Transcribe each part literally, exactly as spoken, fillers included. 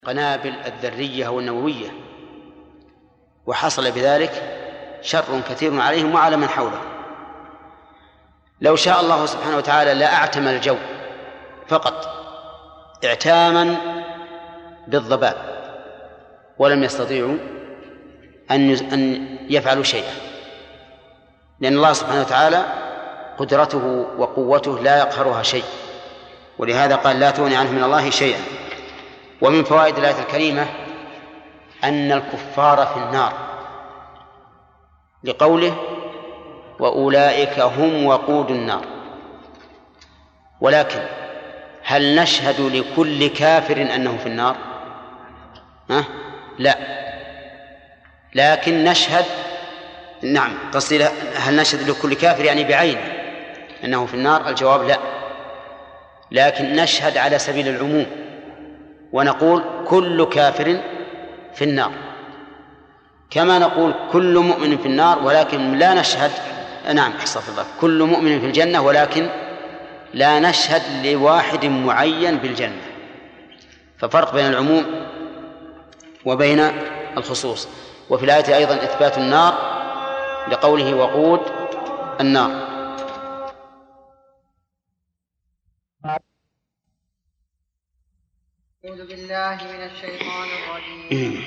القنابل الذرية أو النووية، وحصل بذلك شر كثير عليهم وعلى من حولهم. لو شاء الله سبحانه وتعالى لأعتم الجو فقط اعتاما بالضباب، ولم يستطيعوا أن يفعلوا شيئا، لأن الله سبحانه وتعالى قدرته وقوته لا يقهرها شيء، ولهذا قال لا تغني عنه من الله شيئا. ومن فوائد الآية الكريمة أن الكفار في النار، لقوله وأولئك هم وقود النار. ولكن هل نشهد لكل كافر أنه في النار؟ ها؟ لا، لكن نشهد، نعم قصدي هل نشهد لكل كافر يعني بعينه أنه في النار؟ الجواب لا، لكن نشهد على سبيل العموم ونقول كل كافر في النار، كما نقول كل مؤمن في النار، ولكن لا نشهد، نعم احصف الله، كل مؤمن في الجنة، ولكن لا نشهد لواحد معين بالجنة. ففرق بين العموم وبين الخصوص. وفي الآية أيضا إثبات النار لقوله وقود النار. أعوذ بالله من الشيطان الرجيم.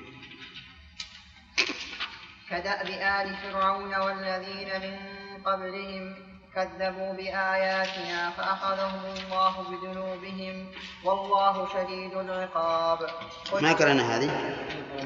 كدأب آل فرعون والذين من قبلهم كذبوا بآياتنا فأخذهم الله بذنوبهم والله شديد العقاب. ما قرأنا هذه؟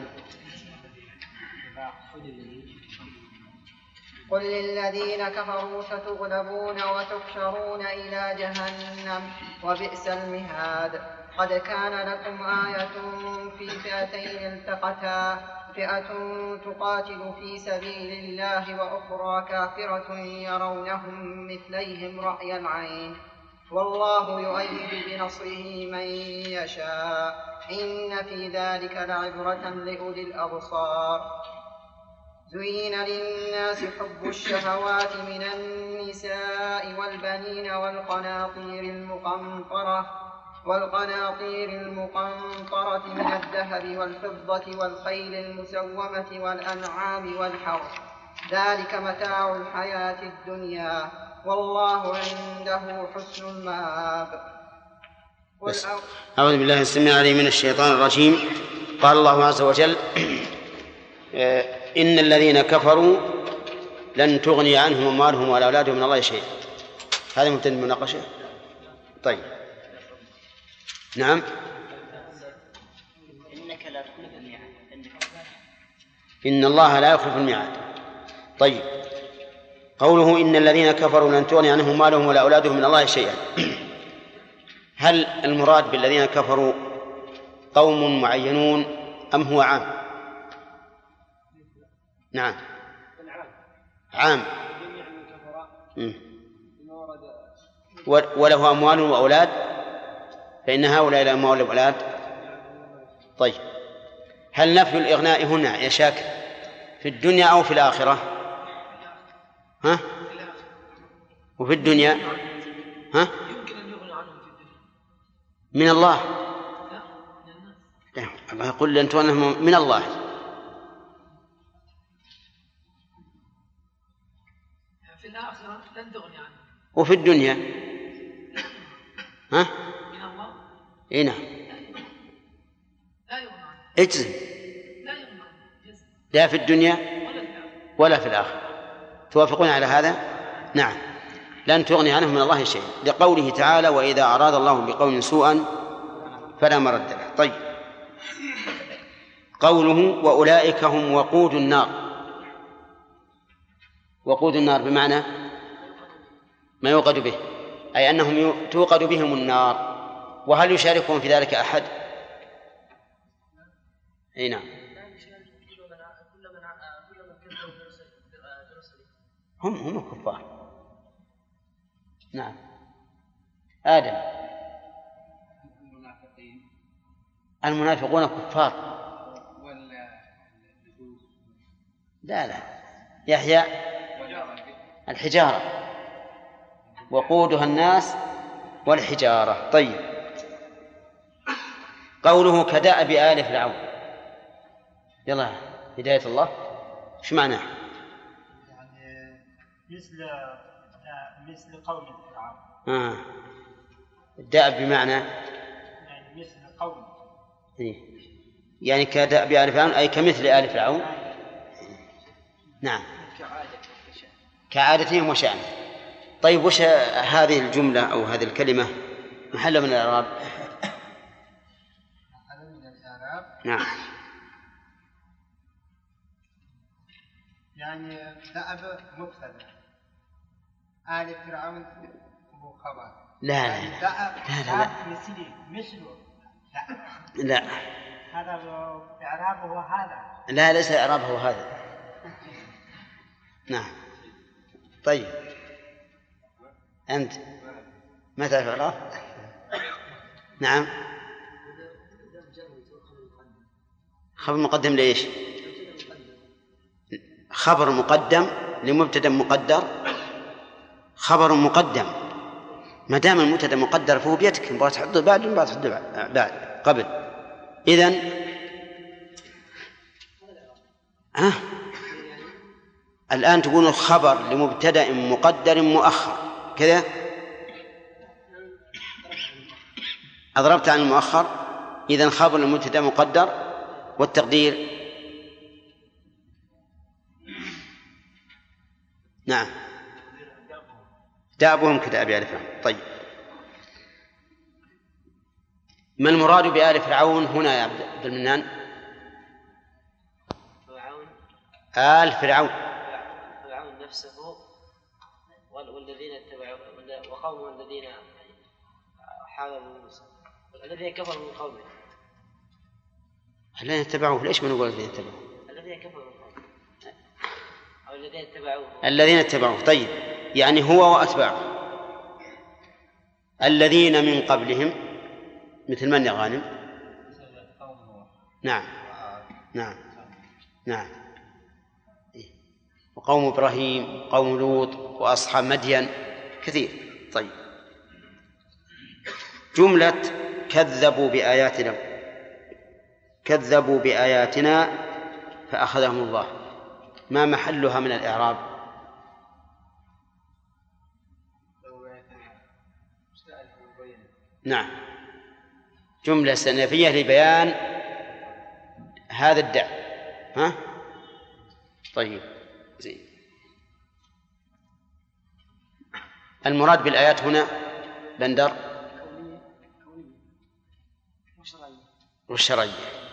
قل للذين كفروا ستغلبون وتحشرون إلى جهنم وبئس المهاد. قد كان لكم آية في فئتين التقتا، فئة تقاتل في سبيل الله وأخرى كافرة يرونهم مثليهم رأي العين والله يؤيد بنصره من يشاء إن في ذلك لعبرة لأولي الأبصار. زين للناس حب الشهوات من النساء والبنين والقناطير المقنطرة والقناطير المقنطرة من الذهب والفضة والخيل المسومة والأنعام والحرث، ذلك متاع الحياة الدنيا والله عنده حسن المآب. أعوذ بالله السميع العليم من الشيطان الرجيم. قال الله عز وجل إن الذين كفروا لن تغني عنهم أموالهم ولا أولادهم من الله شيئا. هذا مبتدأ المناقشة. طيب نعم. إنك لا تخلف الميعاد. إن الله لا يخلف الميعاد. طيب قوله إن الذين كفروا لن تغني عنهم أموالهم ولا أولادهم من الله شيئا، هل المراد بالذين كفروا قوم معينون أم هو عام؟ نعم عام. وله أموال وأولاد، فإن هؤلاء الأموال والأولاد. طيب هل نفي الإغناء هنا يا شاكر في الدنيا أو في الآخرة؟ ها؟ وفي الدنيا ها؟ من الله. الله يقول لن تغنهم من الله. في الآخرة لن تغني عنه. وفي الدنيا ها؟ من الله. إيه نعم. لا يغنى عنه. اجزم. لا يغنى عنه. لا في الدنيا ولا في الآخرة. توافقون على هذا؟ نعم. لن تغني عنهم من الله شيء، لقوله تعالى وإذا أراد الله بقوم سوءا فلا مرد له. طيب قوله وأولئك هم وقود النار. وقود النار بمعنى ما يوقد به، أي أنهم توقد بهم النار. وهل يشاركهم في ذلك أحد؟ أي نعم. هم هم الكفار. نعم. آدم. المنافقون كفار. لا لا يحيى الحجارة وقودها الناس والحجارة. طيب قوله كدأب آل فرعون، يلا هداية الله، شو معناه؟ يعني مثل مثل قوم فرعون. آه. الدأب بمعنى يعني مثل قوم. إيه؟ يعني كدأب آل فرعون أي كمثل آل فرعون. نعم، كعادتهم وشأنهم. طيب وش هذه الجملة أو هذه الكلمة محل من الإعراب؟ محل من الإعراب. نعم. يعني دأب مبتدأ، آل فرعون هو خبر. لا يعني لا دأب لا لا مثلي مثله. لا لا هذا إعرابه هذا. لا ليس إعرابه هذا. نعم. طيب أنت ما تعرف إعراب؟ نعم. خبر مقدم ليش؟ خبر مقدم لمبتدأ مقدر، خبر مقدم ما دام المبتدأ مقدر فهو بيدك، مبغى تحطه بعد مبغى تحطه بعد قبل. إذن ها الآن تقول الخبر لمبتدأ مقدر مؤخر كذا، أضربت عن المؤخر، إذن خبر لمبتدأ مقدر والتقدير نعم دأبهم كدأب آل فرعون. طيب ما المراد بآل فرعون هنا يا عبد المنان؟ فرعون آل فرعون فرعون نفسه والذين اتبعوا وقومه الذين حاربوا موسى الذين كفروا من قومه. الذين اتبعوه، ليش ما نقول الذين اتبعوه؟ الذين كفروا من قومه أو الذين اتبعوه. الذين اتبعوه. طيب يعني هو وأتباعه. الذين من قبلهم مثل من يا غانم؟ نعم نعم نعم. وقوم إبراهيم قوم لوط وأصحاب مدين كثير. طيب جملة كذبوا بآياتنا كذبوا بآياتنا فأخذهم الله، ما محلها من الإعراب؟ نعم جملة استئنافية لبيان هذا الدعم. ها طيب زين. المراد بالآيات هنا بندر والشرعية.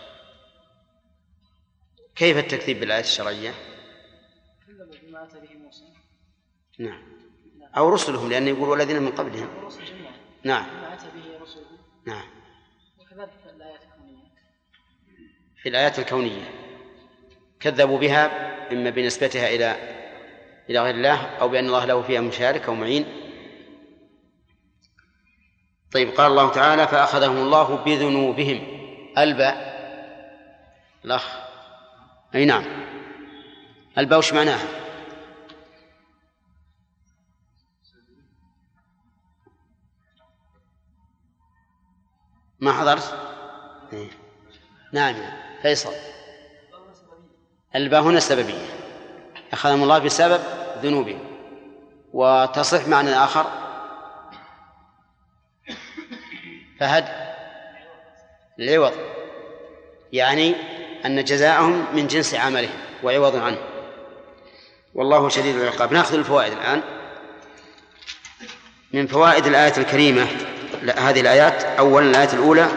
كيف التكذيب بالآيات الشرعية؟ نعم أو رسلهم، لأنه يقول والذين من قبلهم. نعم نعم. وكذلك الآيات الكونية، في الآيات الكونية كذبوا بها إما بنسبتها إلى إلى غير الله أو بأن الله له فيها مشارك أو معين. طيب قال الله تعالى فأخذهم الله بذنوبهم. الباء الأخ أي نعم الباء وش معناها؟ ما حضرت؟ إيه. نعم فيصل. الباء هنا السببية، أخذهم الله بسبب ذنوبهم. وتصح معنى آخر فهد العوض، يعني أن جزاءهم من جنس عملهم وعوض عنه، والله شديد العقاب. نأخذ الفوائد الآن. من فوائد الآية الكريمة هذه الآيات، أولا الآية الأولى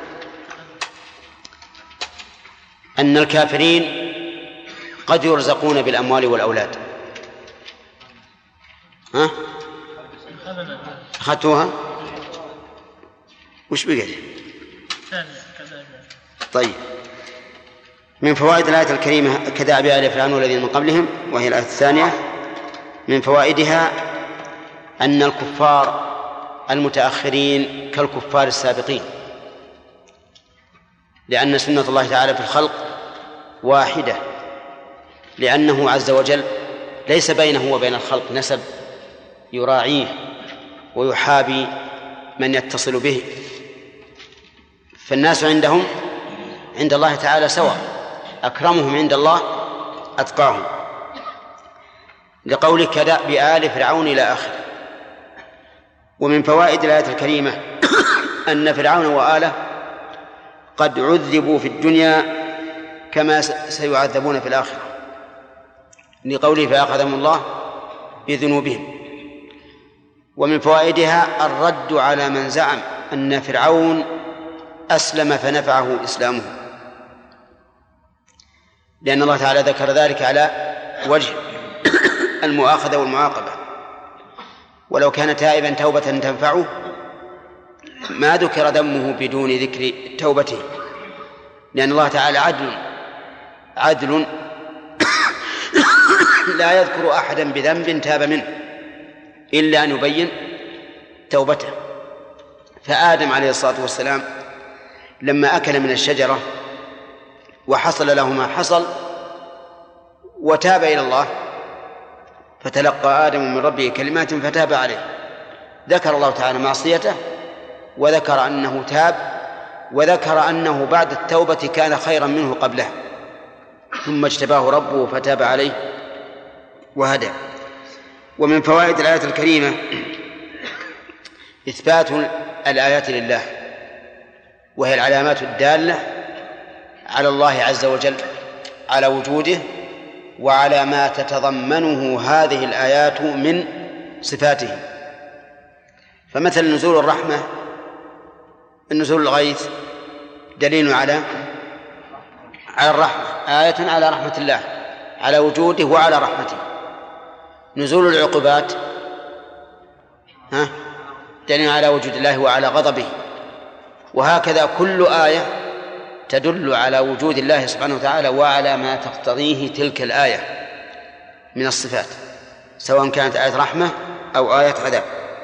أن الكافرين قد يرزقون بالأموال والأولاد. ها أخذتوها؟ وش بقى؟ طيب من فوائد الآية الكريمة كدأب آل فرعون والذين من قبلهم، وهي الآية الثانية من فوائدها أن الكفار المتأخرين كالكفار السابقين، لأن سنة الله تعالى في الخلق واحدة، لأنه عز وجل ليس بينه وبين الخلق نسب يراعيه ويحابي من يتصل به، فالناس عندهم عند الله تعالى سواء، أكرمهم عند الله أتقاهم، لقوله كدأب آل فرعون إلى آخره. ومن فوائد الآية الكريمة أن فرعون وآله قد عذبوا في الدنيا كما سيعذبون في الآخرة، لقوله فأخذهم الله بذنوبهم. ومن فوائدها الرد على من زعم أن فرعون أسلم فنفعه إسلامه، لأن الله تعالى ذكر ذلك على وجه المؤاخذة والمعاقبة. ولو كان تائبا توبة تنفعه ما ذكر ذمه بدون ذكر توبته، لأن الله تعالى عدل عدل لا يذكر أحدا بذنب تاب منه إلا أن يبين توبته. فآدم عليه الصلاة والسلام لما أكل من الشجرة وحصل له ما حصل وتاب إلى الله فتلقى آدم من ربه كلمات فتاب عليه، ذكر الله تعالى معصيته وذكر أنه تاب وذكر أنه بعد التوبة كان خيرا منه قبلها، ثم اجتباه ربه فتاب عليه وهدى. ومن فوائد الآية الكريمة إثبات الآيات لله، وهي العلامات الدالة على الله عز وجل على وجوده وعلى ما تتضمنه هذه الآيات من صفاته. فمثل نزول الرحمة، النزول الغيث دليل على على الرحمة، آية على رحمة الله على وجوده وعلى رحمته. نزول العقوبات ها دليل على وجود الله وعلى غضبه. وهكذا كل آية تدل على وجود الله سبحانه وتعالى وعلى ما تقتضيه تلك الآية من الصفات، سواء كانت آية رحمة أو آية عذاب.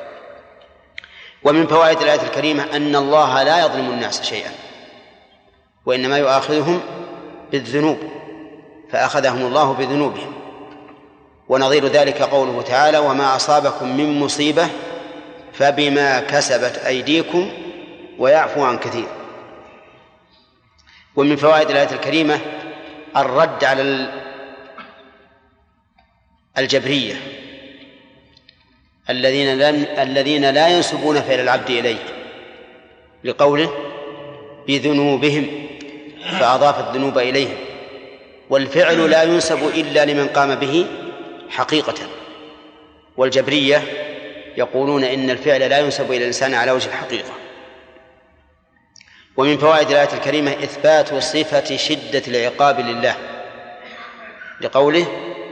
ومن فوائد الآية الكريمة أن الله لا يظلم الناس شيئا، وإنما يؤاخذهم بالذنوب، فأخذهم الله بذنوبهم. ونظير ذلك قوله تعالى وما أصابكم من مصيبة فبما كسبت أيديكم ويعفو عن كثير. ومن فوائد الآية الكريمة الرد على الجبرية الذين الذين لا ينسبون فعل العبد إليه، لقوله بذنوبهم فأضاف الذنوب إليهم، والفعل لا ينسب إلا لمن قام به حقيقة. والجبرية يقولون إن الفعل لا ينسب إلى الإنسان على وجه الحقيقة. ومن فوائد الآية الكريمة إثبات صفة شدة العقاب لله، لقوله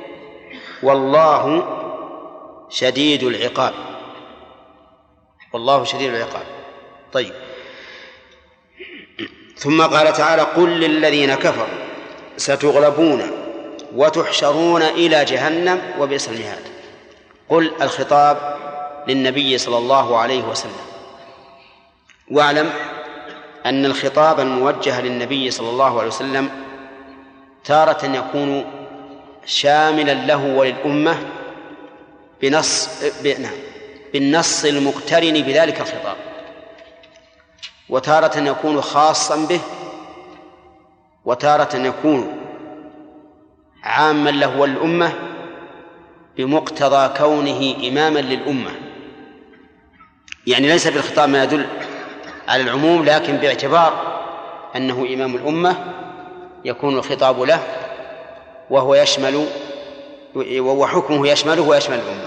والله شديد العقاب، والله شديد العقاب. طيب، ثم قال تعالى قل للذين كفروا ستغلبون وتحشرون إلى جهنم وبئس المهاد. قل الخطاب للنبي صلى الله عليه وسلم. واعلم أن الخطاب الموجه للنبي صلى الله عليه وسلم تارة يكون شاملا له وللأمة بنص بالنص المقترن بذلك الخطاب، وتارة يكون خاصا به، وتارة يكون عاما له وللأمة بمقتضى كونه إماما للأمة. يعني ليس بالخطاب ما يدل على العموم، لكن باعتبار أنه إمام الأمة يكون الخطاب له، وهو يشمل وحكمه يشمله ويشمل الأمة.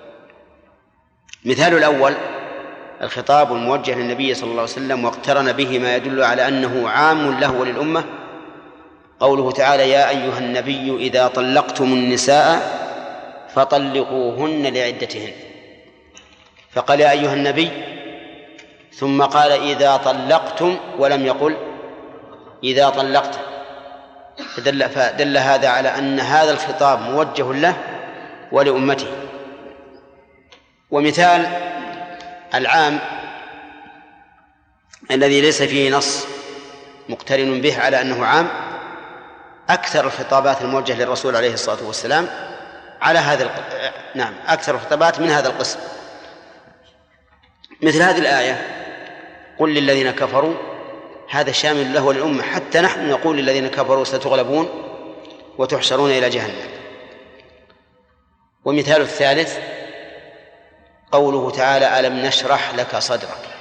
مثال الأول الخطاب الموجه للنبي صلى الله عليه وسلم واقترن به ما يدل على أنه عام له وللأمة، قوله تعالى يا أيها النبي إذا طلقتم النساء فطلقوهن لعدتهن، فقال يا أيها النبي ثم قال إذا طلقتم ولم يقل إذا طلقت، فدل, فدل هذا على أن هذا الخطاب موجه له ولأمته. ومثال العام الذي ليس فيه نص مقترن به على أنه عام أكثر الخطابات الموجهة للرسول عليه الصلاة والسلام على هذا الق... نعم أكثر الخطابات من هذا القسم. مثل هذه الآية قل للذين كفروا هذا شامل له وللأمة، حتى نحن نقول للذين كفروا ستغلبون وتحشرون إلى جهنم. ومثال الثالث قوله تعالى: ألم نشرح لك صدرك.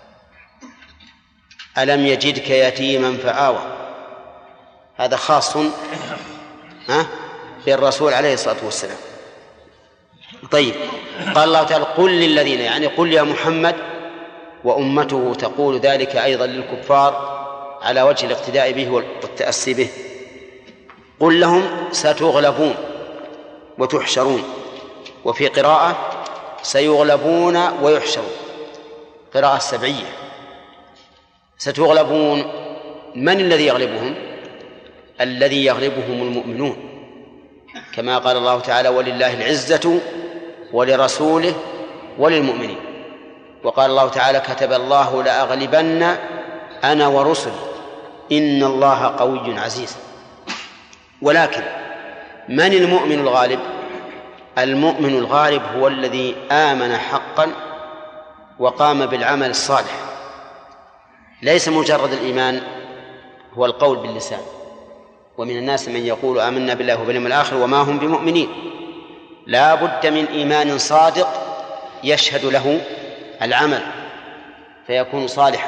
ألم يجدك يتيما فآوى، هذا خاص ها بالرسول عليه الصلاة والسلام. طيب، قال الله تعالى: قل للذين، يعني قل يا محمد، وأمته تقول ذلك أيضا للكفار على وجه الاقتداء به والتأسي به. قل لهم: ستغلبون وتحشرون. وفي قراءة: سيغلبون ويحشرون، قراءة سبعية. ستغلبون، من الذي يغلبهم؟ الذي يغلبهم المؤمنون، كما قال الله تعالى: ولله العزة ولرسوله وللمؤمنين. وقال الله تعالى: كتب الله لأغلبن أنا ورسلي إن الله قوي عزيز. ولكن من المؤمن الغالب؟ المؤمن الغالب هو الذي آمن حقا وقام بالعمل الصالح، ليس مجرد الإيمان هو القول باللسان. ومن الناس من يقول آمنا بالله وباليوم الآخر وما هم بمؤمنين. لا بد من إيمان صادق يشهد له العمل فيكون صالحا.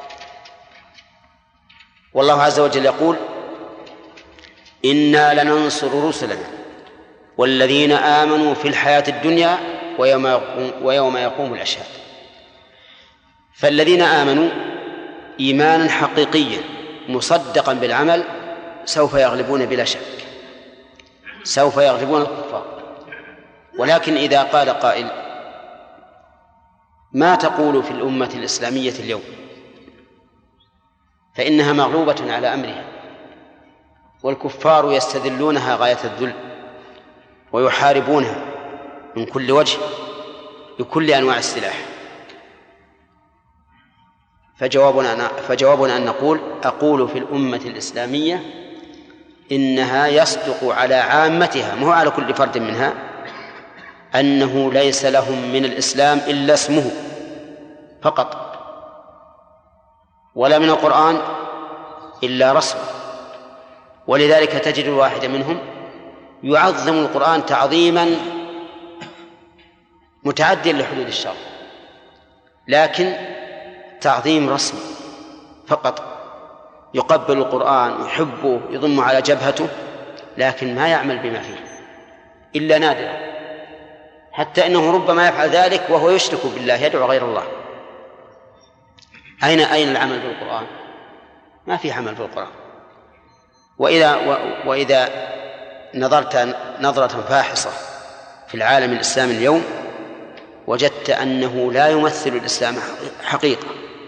والله عز وجل يقول: إنا لننصر رسلنا والذين آمنوا في الحياة الدنيا ويوم يقوم, ويوم يقوم الأشهاد. فالذين آمنوا إيمانا حقيقيا مصدقا بالعمل سوف يغلبون بلا شك، سوف يغلبون الكفار. ولكن إذا قال قائل: ما تقول في الأمة الإسلامية اليوم؟ فإنها مغلوبة على أمرها، والكفار يستذلونها غاية الذل ويحاربونها من كل وجه بكل أنواع السلاح. فجوابنا, فجوابنا أن نقول: أقول في الأمة الإسلامية إنها يصدق على عامتها، مو على كل فرد منها، أنه ليس لهم من الإسلام إلا اسمه فقط، ولا من القرآن إلا رسمه. ولذلك تجد الواحد منهم يعظم القرآن تعظيما متعديا لحدود الشرع، لكن تعظيم رسمي فقط، يقبل القرآن يحبه يضم على جبهته، لكن ما يعمل بما فيه إلا نادرا، حتى إنه ربما يفعل ذلك وهو يشرك بالله، يدعو غير الله. أين أين العمل بالقرآن؟ ما في عمل بالقرآن. وإذا وإذا نظرت نظرة فاحصة في العالم الإسلامي اليوم وجدت أنه لا يمثل الإسلام حقيقة.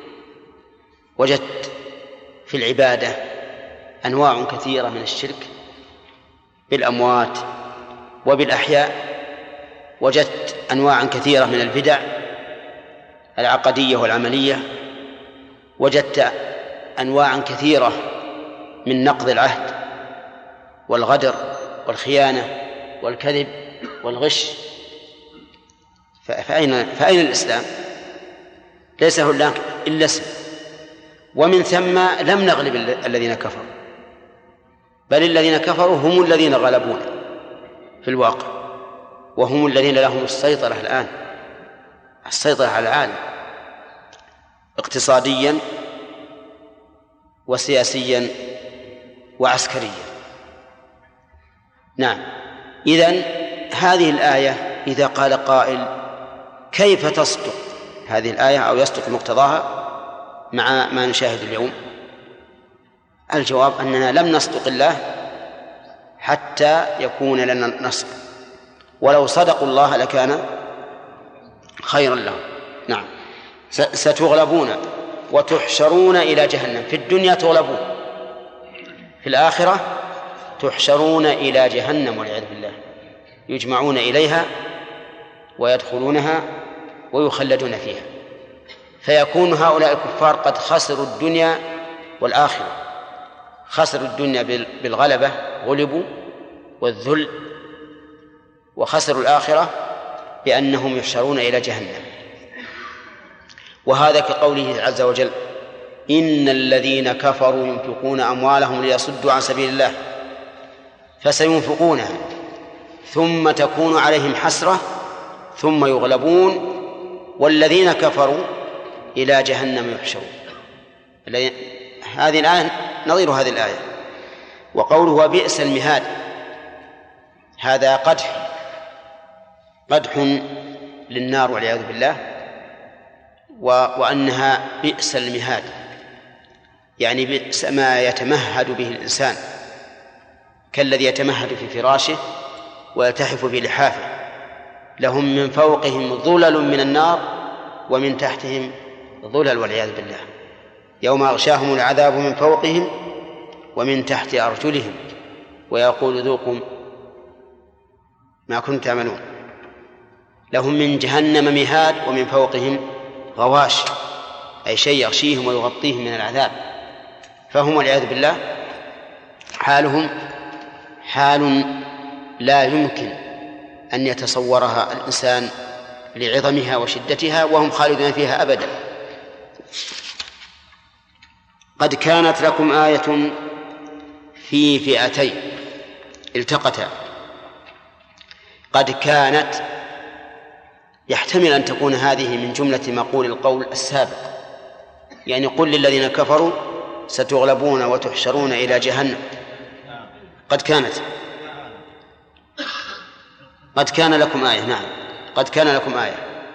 وجدت في العبادة أنواع كثيرة من الشرك بالأموات وبالأحياء، وجدت أنواع كثيرة من البدع العقدية والعملية، وجدت أنواع كثيرة من نقض العهد والغدر والخيانة والكذب والغش. فأين, فأين الإسلام؟ ليس هناك إلا اسم. ومن ثم لم نغلب الذين كفروا، بل الذين كفروا هم الذين غلبونا في الواقع، وهم الذين لهم السيطرة الآن، السيطرة على العالم اقتصاديا وسياسيا وعسكريا. نعم. إذن هذه الآية إذا قال قائل: كيف تصدق هذه الآية أو يصدق مقتضاها مع ما نشاهد اليوم؟ الجواب أننا لم نصدق الله حتى يكون لنا النصر، ولو صدقوا الله لكان خيرا لهم. نعم. ستغلبون وتحشرون إلى جهنم. في الدنيا تغلبون، في الآخرة تحشرون إلى جهنم والعياذ بالله، يجمعون إليها ويدخلونها ويخلدون فيها، فيكون هؤلاء الكفار قد خسروا الدنيا والآخرة. خسروا الدنيا بالغلبة، غلبوا والذل، وخسروا الآخرة بأنهم يحشرون إلى جهنم. وهذا كقوله عز وجل: إن الذين كفروا ينفقون أموالهم ليصدوا عن سبيل الله فسينفقونها ثم تكون عليهم حسرة ثم يغلبون والذين كفروا إلى جهنم يحشرون. هذه الآية نظير هذه الآية. وقوله وبئس المهاد هذا قدح قدح للنار والعياذ بالله، وأنها بئس المهاد يعني بئس ما يتمهد به الإنسان، كالذي يتمهد في فراشه ويلتحف بلحافه، لهم من فوقهم ظلل من النار ومن تحتهم ظلل والعياذ بالله، يوم أغشاهم العذاب من فوقهم ومن تحت أرجلهم ويقول ذوقوا ما كنتم تعملون. لهم من جهنم مهاد ومن فوقهم غواش، أي شيء يغشيهم ويغطيهم من العذاب، فهم والعياذ بالله حالهم حال لا يمكن أن يتصورها الإنسان لعظمها وشدتها، وهم خالدون فيها أبدا. قد كانت لكم آية في فئتين التقتا. قد كانت يحتمل أن تكون هذه من جملة مقول القول السابق، يعني قل للذين كفروا ستغلبون وتحشرون إلى جهنم. قد كانت قد كان لكم آية، نعم قد كان لكم آية.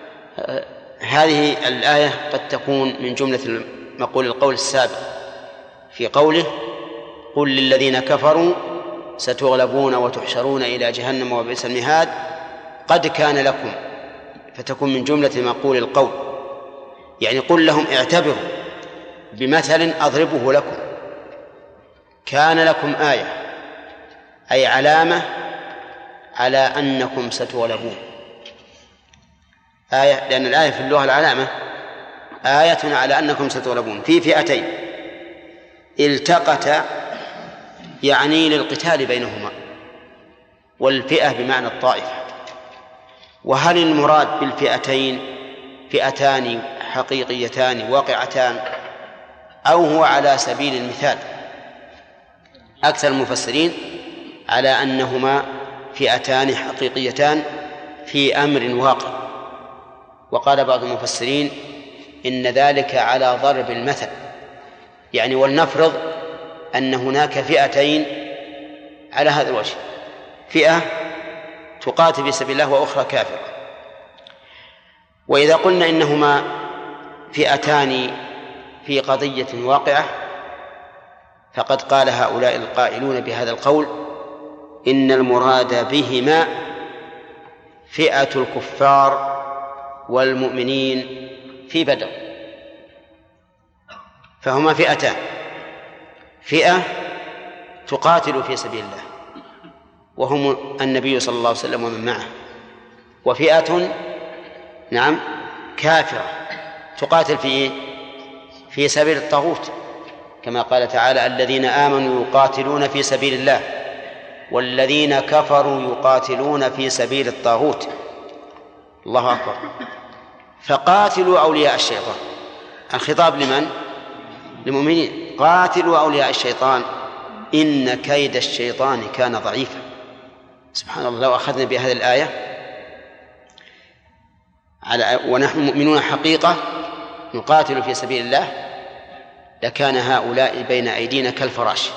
هذه الآية قد تكون من جملة مقول القول السابق في قوله قل للذين كفروا ستغلبون وتحشرون إلى جهنم وبئس المهاد. قد كان لكم فتكون من جملة مقول القول، يعني قل لهم اعتبروا بمثل أضربه لكم. كان لكم آية أي علامة على أنكم ستغلبون. آية لأن الآية في اللغة العلامة، آية على أنكم ستغلبون في فئتين التقتا يعني للقتال بينهما، والفئة بمعنى الطائفة. وهل المراد بالفئتين فئتان حقيقيتان واقعتان أو هو على سبيل المثال؟ أكثر المفسرين على أنهما فئتان حقيقيتان في أمر واقع، وقال بعض المفسرين إن ذلك على ضرب المثل، يعني ولنفرض أن هناك فئتين على هذا الوجه، فئة تقاتل في سبيل الله وأخرى كافرة. وإذا قلنا إنهما فئتان في قضية واقعة فقد قال هؤلاء القائلون بهذا القول إن المراد بهما فئة الكفار والمؤمنين في بدر، فهما فئتان، فئة تقاتل في سبيل الله وهم النبي صلى الله عليه وسلم ومن معه، وفئة نعم كافرة تقاتل في في سبيل الطاغوت، كما قال تعالى الذين آمنوا يقاتلون في سبيل الله والذين كفروا يقاتلون في سبيل الطاغوت. الله أكبر. فقاتلوا أولياء الشيطان، الخطاب لمن؟ للمؤمنين. قاتلوا أولياء الشيطان إن كيد الشيطان كان ضعيفا. سبحان الله، لو أخذنا بهذه الآية على ونحن مؤمنون حقيقة نقاتل في سبيل الله لكان هؤلاء بين أيدينا كالفراش،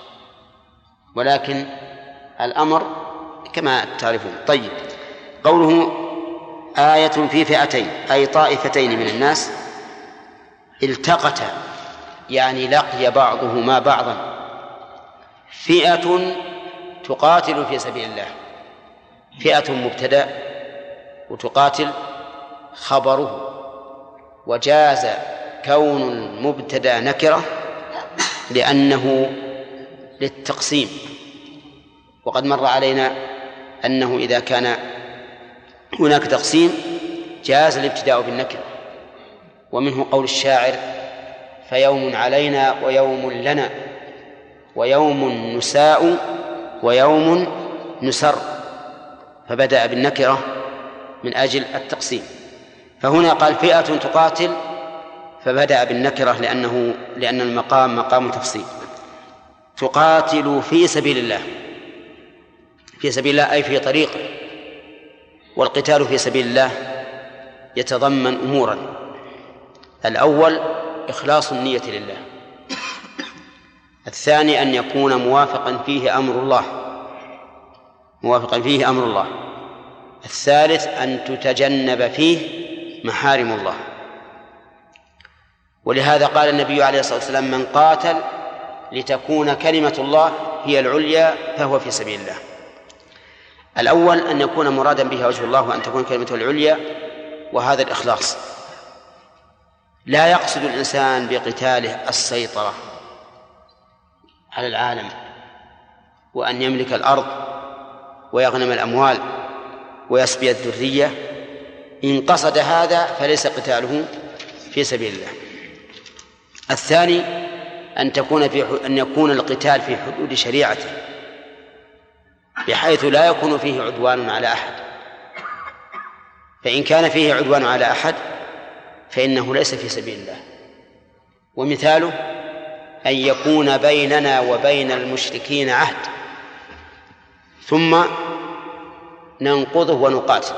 ولكن الأمر كما تعرفون. طيب، قوله آية في فئتين أي طائفتين من الناس التقتا يعني لقي بعضهما بعضا. فئة تقاتل في سبيل الله، فئة مبتدأ وتقاتل خبره، وجاز كون المبتدأ نكرة لأنه للتقسيم، وقد مر علينا أنه إذا كان هناك تقسيم جاز الابتداء بالنكرة. ومنه قول الشاعر فيوم علينا ويوم لنا ويوم نساء ويوم نسر، فبدأ بالنكرة من أجل التقسيم. فهنا قال فئة تقاتل فبدأ بالنكرة لأنه لأن المقام مقام تفصيل. تقاتل في سبيل الله، في سبيل الله أي في طريقه. والقتال في سبيل الله يتضمن أمورا: الأول إخلاص النية لله، الثاني أن يكون موافقا فيه أمر الله موافقا فيه أمر الله الثالث أن تتجنب فيه محارم الله. ولهذا قال النبي عليه الصلاة والسلام: من قاتل لتكون كلمة الله هي العليا فهو في سبيل الله. الأول أن يكون مرادا به وجه الله وأن تكون كلمته العليا، وهذا الإخلاص. لا يقصد الإنسان بقتاله السيطرة على العالم وأن يملك الأرض ويغنم الأموال ويسبي الذرية. إن قصد هذا فليس قتاله في سبيل الله. الثاني أن تكون في أن يكون القتال في حدود شريعته، بحيث لا يكون فيه عدوان على أحد، فإن كان فيه عدوان على أحد فإنه ليس في سبيل الله. ومثاله أن يكون بيننا وبين المشركين عهد ثم ننقضه ونقاتل،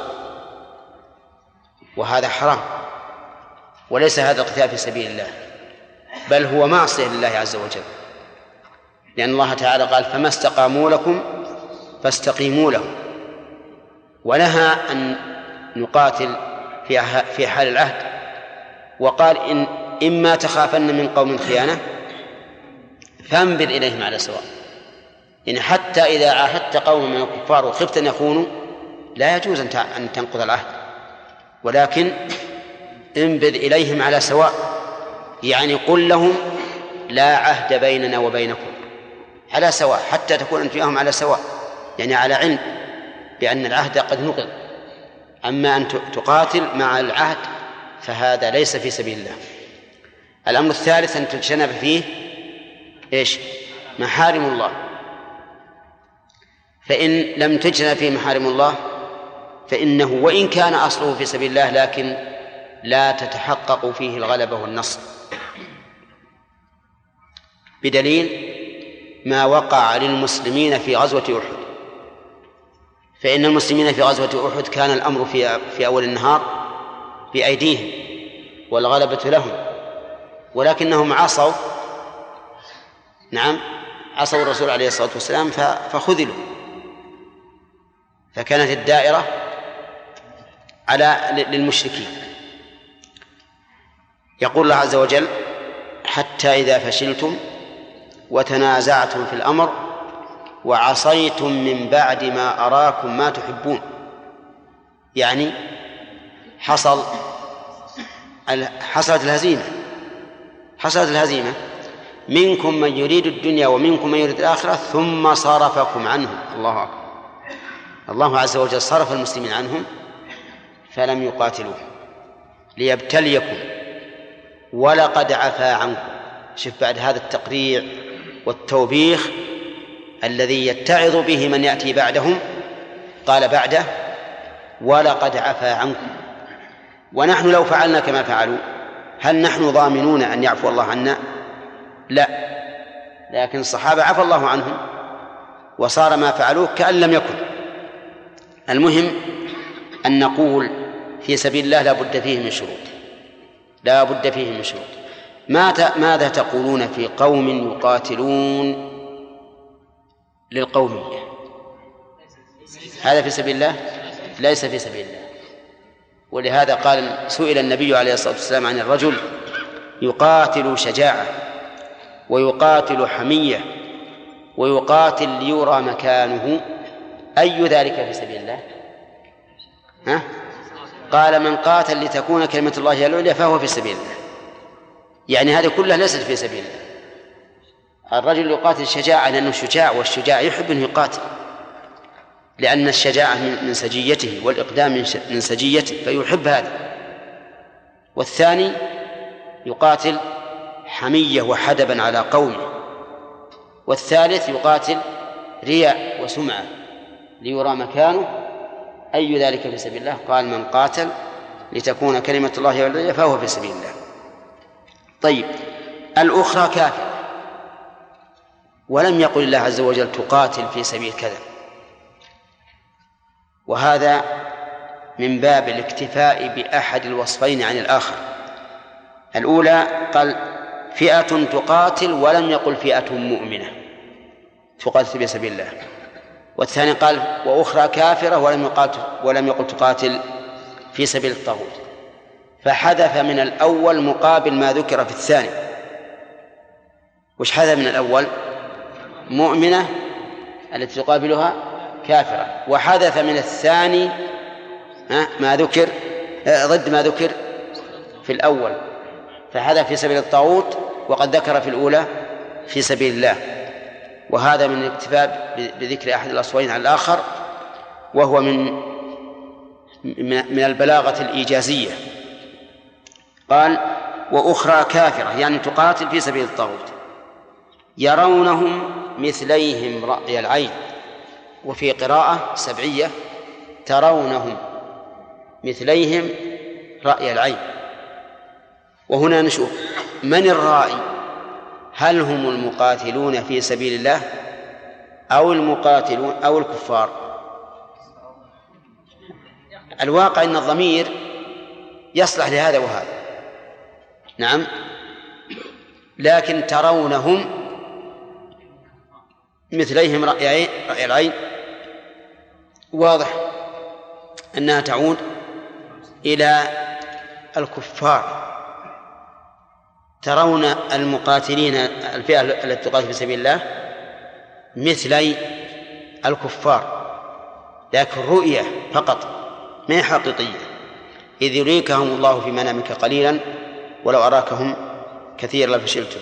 وهذا حرام، وليس هذا القتال في سبيل الله، بل هو معصية لله عز وجل، لأن الله تعالى قال: فما استقاموا لكم فاستقيموا لهم. ونهى أن نقاتل في حال العهد، وقال: إن إما تخافن من قوم خيانة فانبذ إليهم على سواء. إن حتى إذا عاهدت قوم من الكفار وخفت أن يخونوا لا يجوز أن تنقض العهد، ولكن انبذ إليهم على سواء، يعني قل لهم: لا عهد بيننا وبينكم، على سواء، حتى تكون أنت وياهم على سواء، يعني على علم بأن العهد قد نقض. أما أن تقاتل مع العهد فهذا ليس في سبيل الله. الأمر الثالث أن تجتنب فيه إيش؟ محارم الله. فإن لم تجتنب فيه محارم الله فإنه وإن كان أصله في سبيل الله لكن لا تتحقق فيه الغلبة والنصر، بدليل ما وقع للمسلمين في غزوة أحد. فإن المسلمين في غزوة أحد كان الأمر في في أول النهار بأيديهم والغلبة لهم، ولكنهم عصوا نعم عصوا الرسول عليه الصلاة والسلام فخذلوا، فكانت الدائرة على للمشركين. يقول الله عز وجل: حتى إذا فشلتم وتنازعتم في الأمر وعصيتم من بعد ما أراكم ما تحبون. يعني حصل حصلت الهزيمة حصلت الهزيمة منكم من يريد الدنيا ومنكم من يريد الآخرة ثم صرفكم عنهم. الله أكبر. الله عز وجل صرف المسلمين عنهم فلم يقاتلوه ليبتليكم ولقد عفا عنكم. شوف بعد هذا التقريع والتوبيخ الذي يتعظ به من يأتي بعدهم قال بعده: ولقد عفا عنكم. ونحن لو فعلنا كما فعلوا هل نحن ضامنون أن يعفو الله عنا؟ لا، لكن الصحابة عفى الله عنهم وصار ما فعلوه كأن لم يكن. المهم أن نقول في سبيل الله لا بد فيه من شروط، لا بد فيه من شروط. ماذا تقولون في قوم يقاتلون للقومية؟ هذا في سبيل الله؟ ليس في سبيل الله. ولهذا قال سئل النبي عليه الصلاة والسلام عن الرجل يقاتل شجاعة ويقاتل حمية ويقاتل ليرى مكانه، أي ذلك في سبيل الله؟ ها؟ قال: من قاتل لتكون كلمة الله العليا فهو في سبيل الله. يعني هذه كلها ليست في سبيل الله. الرجل يقاتل شجاعة لأنه شجاع، والشجاع يحب أن يقاتل لأن الشجاعة من سجيته والإقدام من سجيته فيحب هذا. والثاني يقاتل حمية وحدبا على قومه. والثالث يقاتل رياء وسمعة ليرى مكانه، أي ذلك في سبيل الله؟ قال: من قاتل لتكون كلمة الله العليا فهو في سبيل الله. طيب، الأخرى كافرة، ولم يقل الله عز وجل تقاتل في سبيل كذا، وهذا من باب الاكتفاء بأحد الوصفين عن الآخر. الأولى قال فئة تقاتل ولم يقل فئة مؤمنة تقاتل في سبيل الله، والثاني قال وأخرى كافرة ولم يقاتل ولم يقل تقاتل في سبيل الطاغوت، فحذف من الأول مقابل ما ذكر في الثاني. وش حذف من الأول؟ مؤمنة التي تقابلها كافرة، وحذف من الثاني ما ذكر ضد ما ذكر في الأول، فحذف في سبيل الطاغوت وقد ذكر في الأولى في سبيل الله. وهذا من الاكتفاء بذكر أحد الأصوين على الآخر، وهو من من البلاغة الإيجازية. قال وأخرى كافرة يعني تقاتل في سبيل الطاغوت، يرونهم مثليهم رأي العين، وفي قراءة سبعية ترونهم مثليهم رأي العين. وهنا نشوف من الرائي، هل هم المقاتلون في سبيل الله أو المقاتلون أو الكفار؟ الواقع أن الضمير يصلح لهذا وهذا، نعم، لكن ترونهم مثليهم رأي العين واضح أنها تعود إلى الكفار. ترون المقاتلين الفئة التي تقاتل في سبيل الله مثلي الكفار، لكن رؤية فقط ما هي حقيقية. إذ يريكهم الله في منامك قليلا ولو أراكهم كثيرا لفشلتم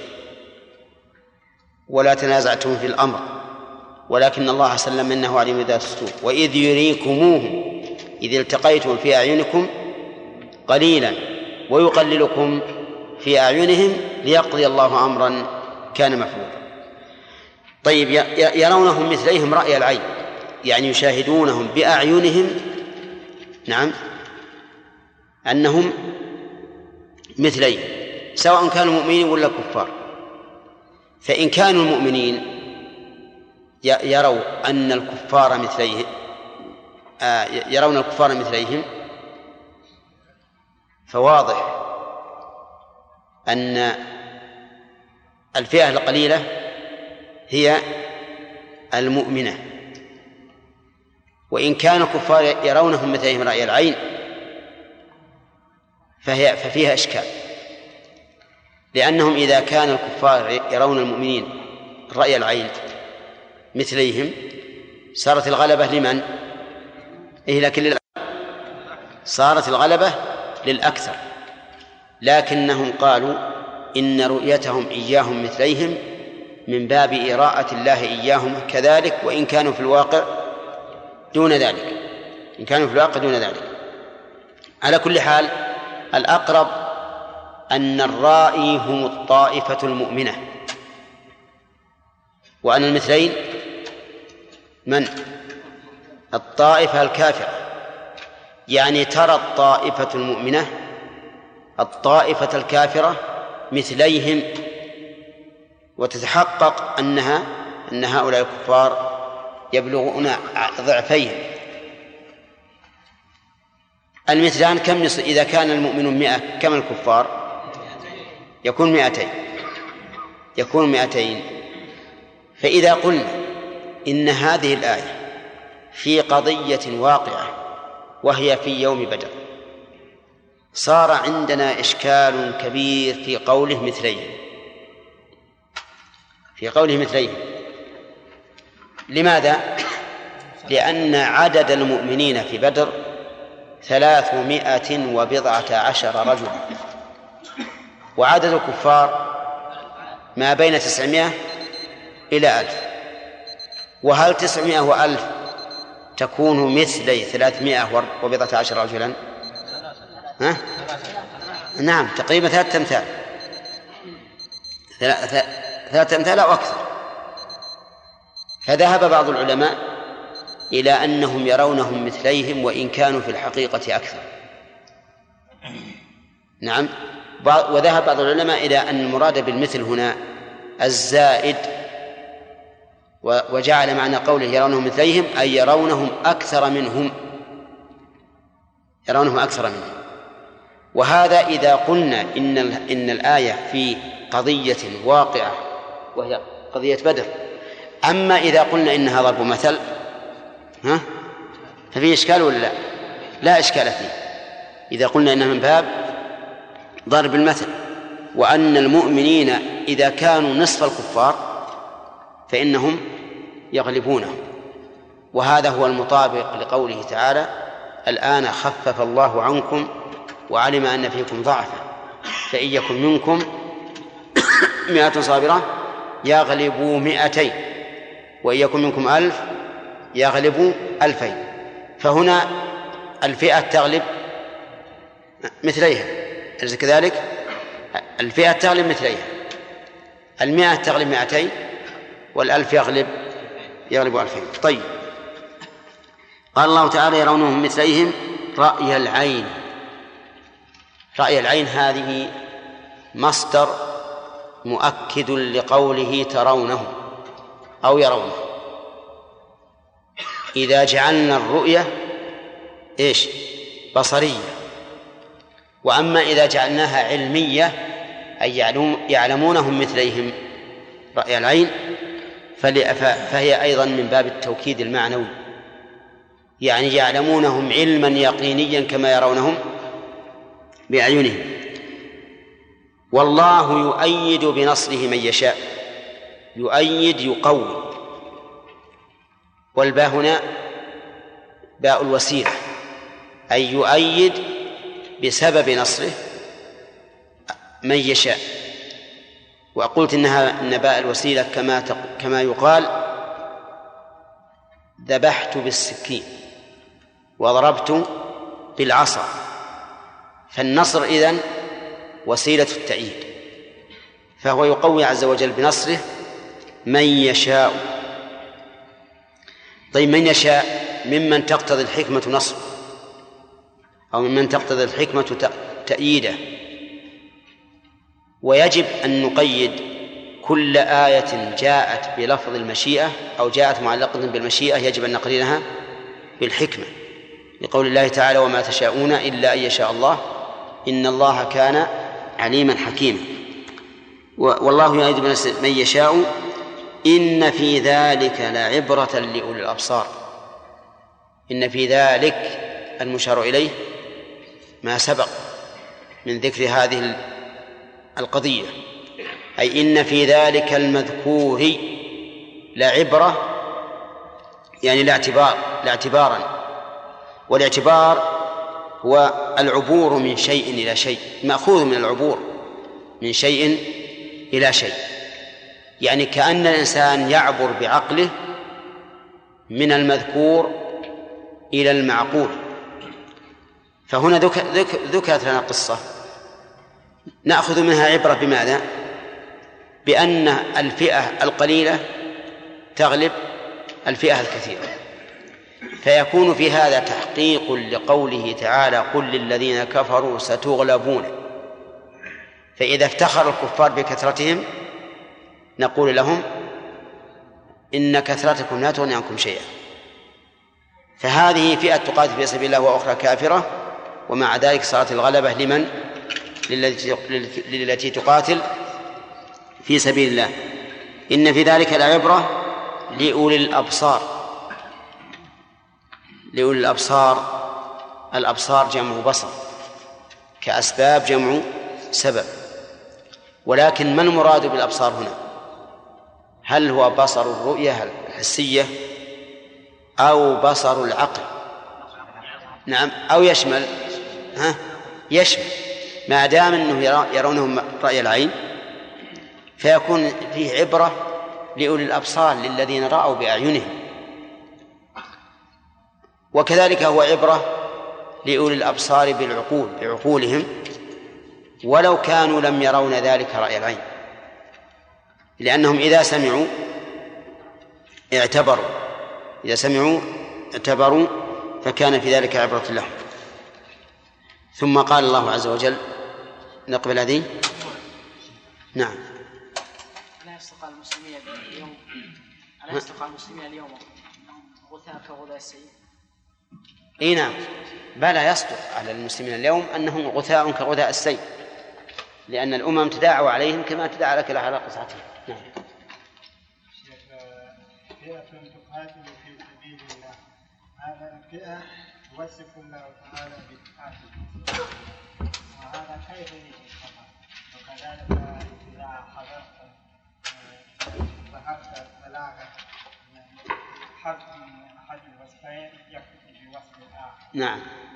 ولا تنازعتم في الأمر ولكن الله سلم إنه عليم ذات الصدور. وإذ يريكموهم إذ التقيتم في أعينكم قليلا ويقللكم في أعينهم ليقضي الله أمرا كان مفعولا. طيب، يرونهم مثليهم رأي العين يعني يشاهدونهم بأعينهم، نعم، أنهم مثليهم سواء كانوا مؤمنين ولا كفار. فإن كانوا المؤمنين يروا أن الكفار مثليهم يرون الكفار مثليهم، فواضح أن الفئة القليلة هي المؤمنة. وإن كان الكفار يرونهم مثلهم رأي العين فهي ففيها إشكال، لأنهم إذا كان الكفار يرون المؤمنين رأي العين مثليهم صارت الغلبة لمن؟ إيه لكن للأكثر. صارت الغلبة للأكثر، لكنهم قالوا إن رؤيتهم إياهم مثليهم من باب إراءة الله إياهم كذلك، وإن كانوا في الواقع دون ذلك إن كانوا في الواقع دون ذلك. على كل حال الأقرب أن الرائي هم الطائفة المؤمنة، وأن المثلين من؟ الطائفة الكافرة. يعني ترى الطائفة المؤمنة الطائفة الكافرة مثليهم، وتتحقق أنها أن هؤلاء الكفار يبلغون ضعفين. المثلان كم يصل؟ إذا كان المؤمن مئة كم الكفار؟ يكون مئتين يكون مئتين. فإذا قلنا إن هذه الآية في قضية واقعة وهي في يوم بدر، صار عندنا إشكال كبير في قوله مثليه في قوله مثليه لماذا؟ لأن عدد المؤمنين في بدر ثلاثمائة وبضعة عشر رجلا، وعدد الكفار ما بين تسعمائة إلى ألف. وهل تسعمائة وألف تكون مثلي ثلاثمائة وبضعة عشر رجلا؟ ها؟ نعم، تقريبا ثلاثة أمثال ثلاثة أمثال أو أكثر. فذهب بعض العلماء إلى أنهم يرونهم مثليهم وإن كانوا في الحقيقة أكثر. نعم، وذهب بعض العلماء إلى أن المراد بالمثل هنا الزائد، وجعل معنى قوله يرونهم مثليهم أي يرونهم أكثر منهم، يرونهم أكثر منهم. وهذا إذا قلنا إن إن الآية في قضية واقعة وهي قضية بدر. أما إذا قلنا إنها ضرب مثل ها ففي إشكال ولا لا؟ لا إشكال فيه إذا قلنا إنها من باب ضرب المثل، وأن المؤمنين إذا كانوا نصف الكفار فإنهم يغلبونهم. وهذا هو المطابق لقوله تعالى الآن خفف الله عنكم وعلم أن فيكم ضعفا فإن يكن منكم مئة صابرة يغلبوا مئتين وإن يكن منكم ألف يغلبوا ألفين. فهنا الفئة تغلب مثليها، أليس كذلك؟ الفئة تغلب مثليها، المئة تغلب مئتين والألف يغلب يغلب ألفين. طيب، قال الله تعالى يرونهم مثليهم رأي العين. رأي العين هذه مصدر مؤكد لقوله ترونه أو يرونه. إذا جعلنا الرؤية إيش؟ بصرية. وأما إذا جعلناها علمية أي يعلمونهم مثليهم رأي العين فهي أيضا من باب التوكيد المعنوي، يعني يعلمونهم علما يقينيا كما يرونهم بأعينهم. والله يؤيد بنصره من يشاء. يؤيد يقوي، والباء هنا باء الوسيلة، أي يؤيد بسبب نصره من يشاء. وقلت إنها إن باء الوسيلة كما كما يقال ذبحت بالسكين وضربت بالعصا. فالنصر إذن وسيلة التأييد، فهو يقوي عز وجل بنصره من يشاء. طيب، من يشاء ممن تقتضي الحكمة نصره أو ممن تقتضي الحكمة تأييده. ويجب أن نقيد كل آية جاءت بلفظ المشيئة أو جاءت معلقة بالمشيئة يجب أن نقرنها بالحكمة، لقول الله تعالى وما تشاءون إلا أن يشاء الله إن الله كان عليما حكيما. والله يؤيد بنصره من يشاء إن في ذلك لعبرة لأولي الأبصار. إن في ذلك المشار إليه ما سبق من ذكر هذه القضية، أي إن في ذلك المذكور لعبرة، يعني لاعتبار لاعتبارا. والاعتبار هو العبور من شيء إلى شيء، مأخوذ من العبور من شيء إلى شيء، يعني كأن الإنسان يعبر بعقله من المذكور إلى المعقول. فهنا ذكرت لنا قصة نأخذ منها عبرة بماذا؟ بأن الفئة القليلة تغلب الفئة الكثيرة، فيكون في هذا تحقيق لقوله تعالى قل للذين كفروا ستغلبون. فإذا افتخر الكفار بكثرتهم نقول لهم إن كثرتكم لا تغني عنكم شيئا. فهذه فئة تقاتل في سبيل الله وأخرى كافرة، ومع ذلك صارت الغلبة لمن؟ للتي تقاتل في سبيل الله. إن في ذلك العبرة لأولي الأبصار. لأولي الأبصار، الأبصار جمع بصر، كأسباب جمع سبب. ولكن ما المراد بالأبصار هنا؟ هل هو بصر الرؤية الحسية أو بصر العقل؟ نعم، أو يشمل ها يشمل ما دام أنه يرونهم رأي العين فيكون فيه عبرة لأولي الأبصار للذين رأوا بأعينهم، وكذلك هو عبرة لأولي الأبصار بالعقول بعقولهم ولو كانوا لم يرون ذلك رأي العين، لأنهم إذا سمعوا اعتبروا إذا سمعوا اعتبروا فكان في ذلك عبرة لهم. ثم قال الله عز وجل نقبل هذه. نعم. ألا يصدق المسلمين اليوم ألا يصدق المسلمين اليوم غثاء كغثاء السيل؟ اي نعم، بلى يصدق على المسلمين اليوم أنهم غثاء كغثاء السيل، لأن الأمم تداعوا عليهم كما تداعى لك على قصعتهم. نعم. فئة تقاتل في سبيل الله، هذا الفئة يوصف الله تعالى بالقاتل، وهذا كيف يجي الخبر؟ وكذلك إذا حضرت ظهرت البلاغة حرف من أحد الوصفين يكتب بوصف الآخر. نعم.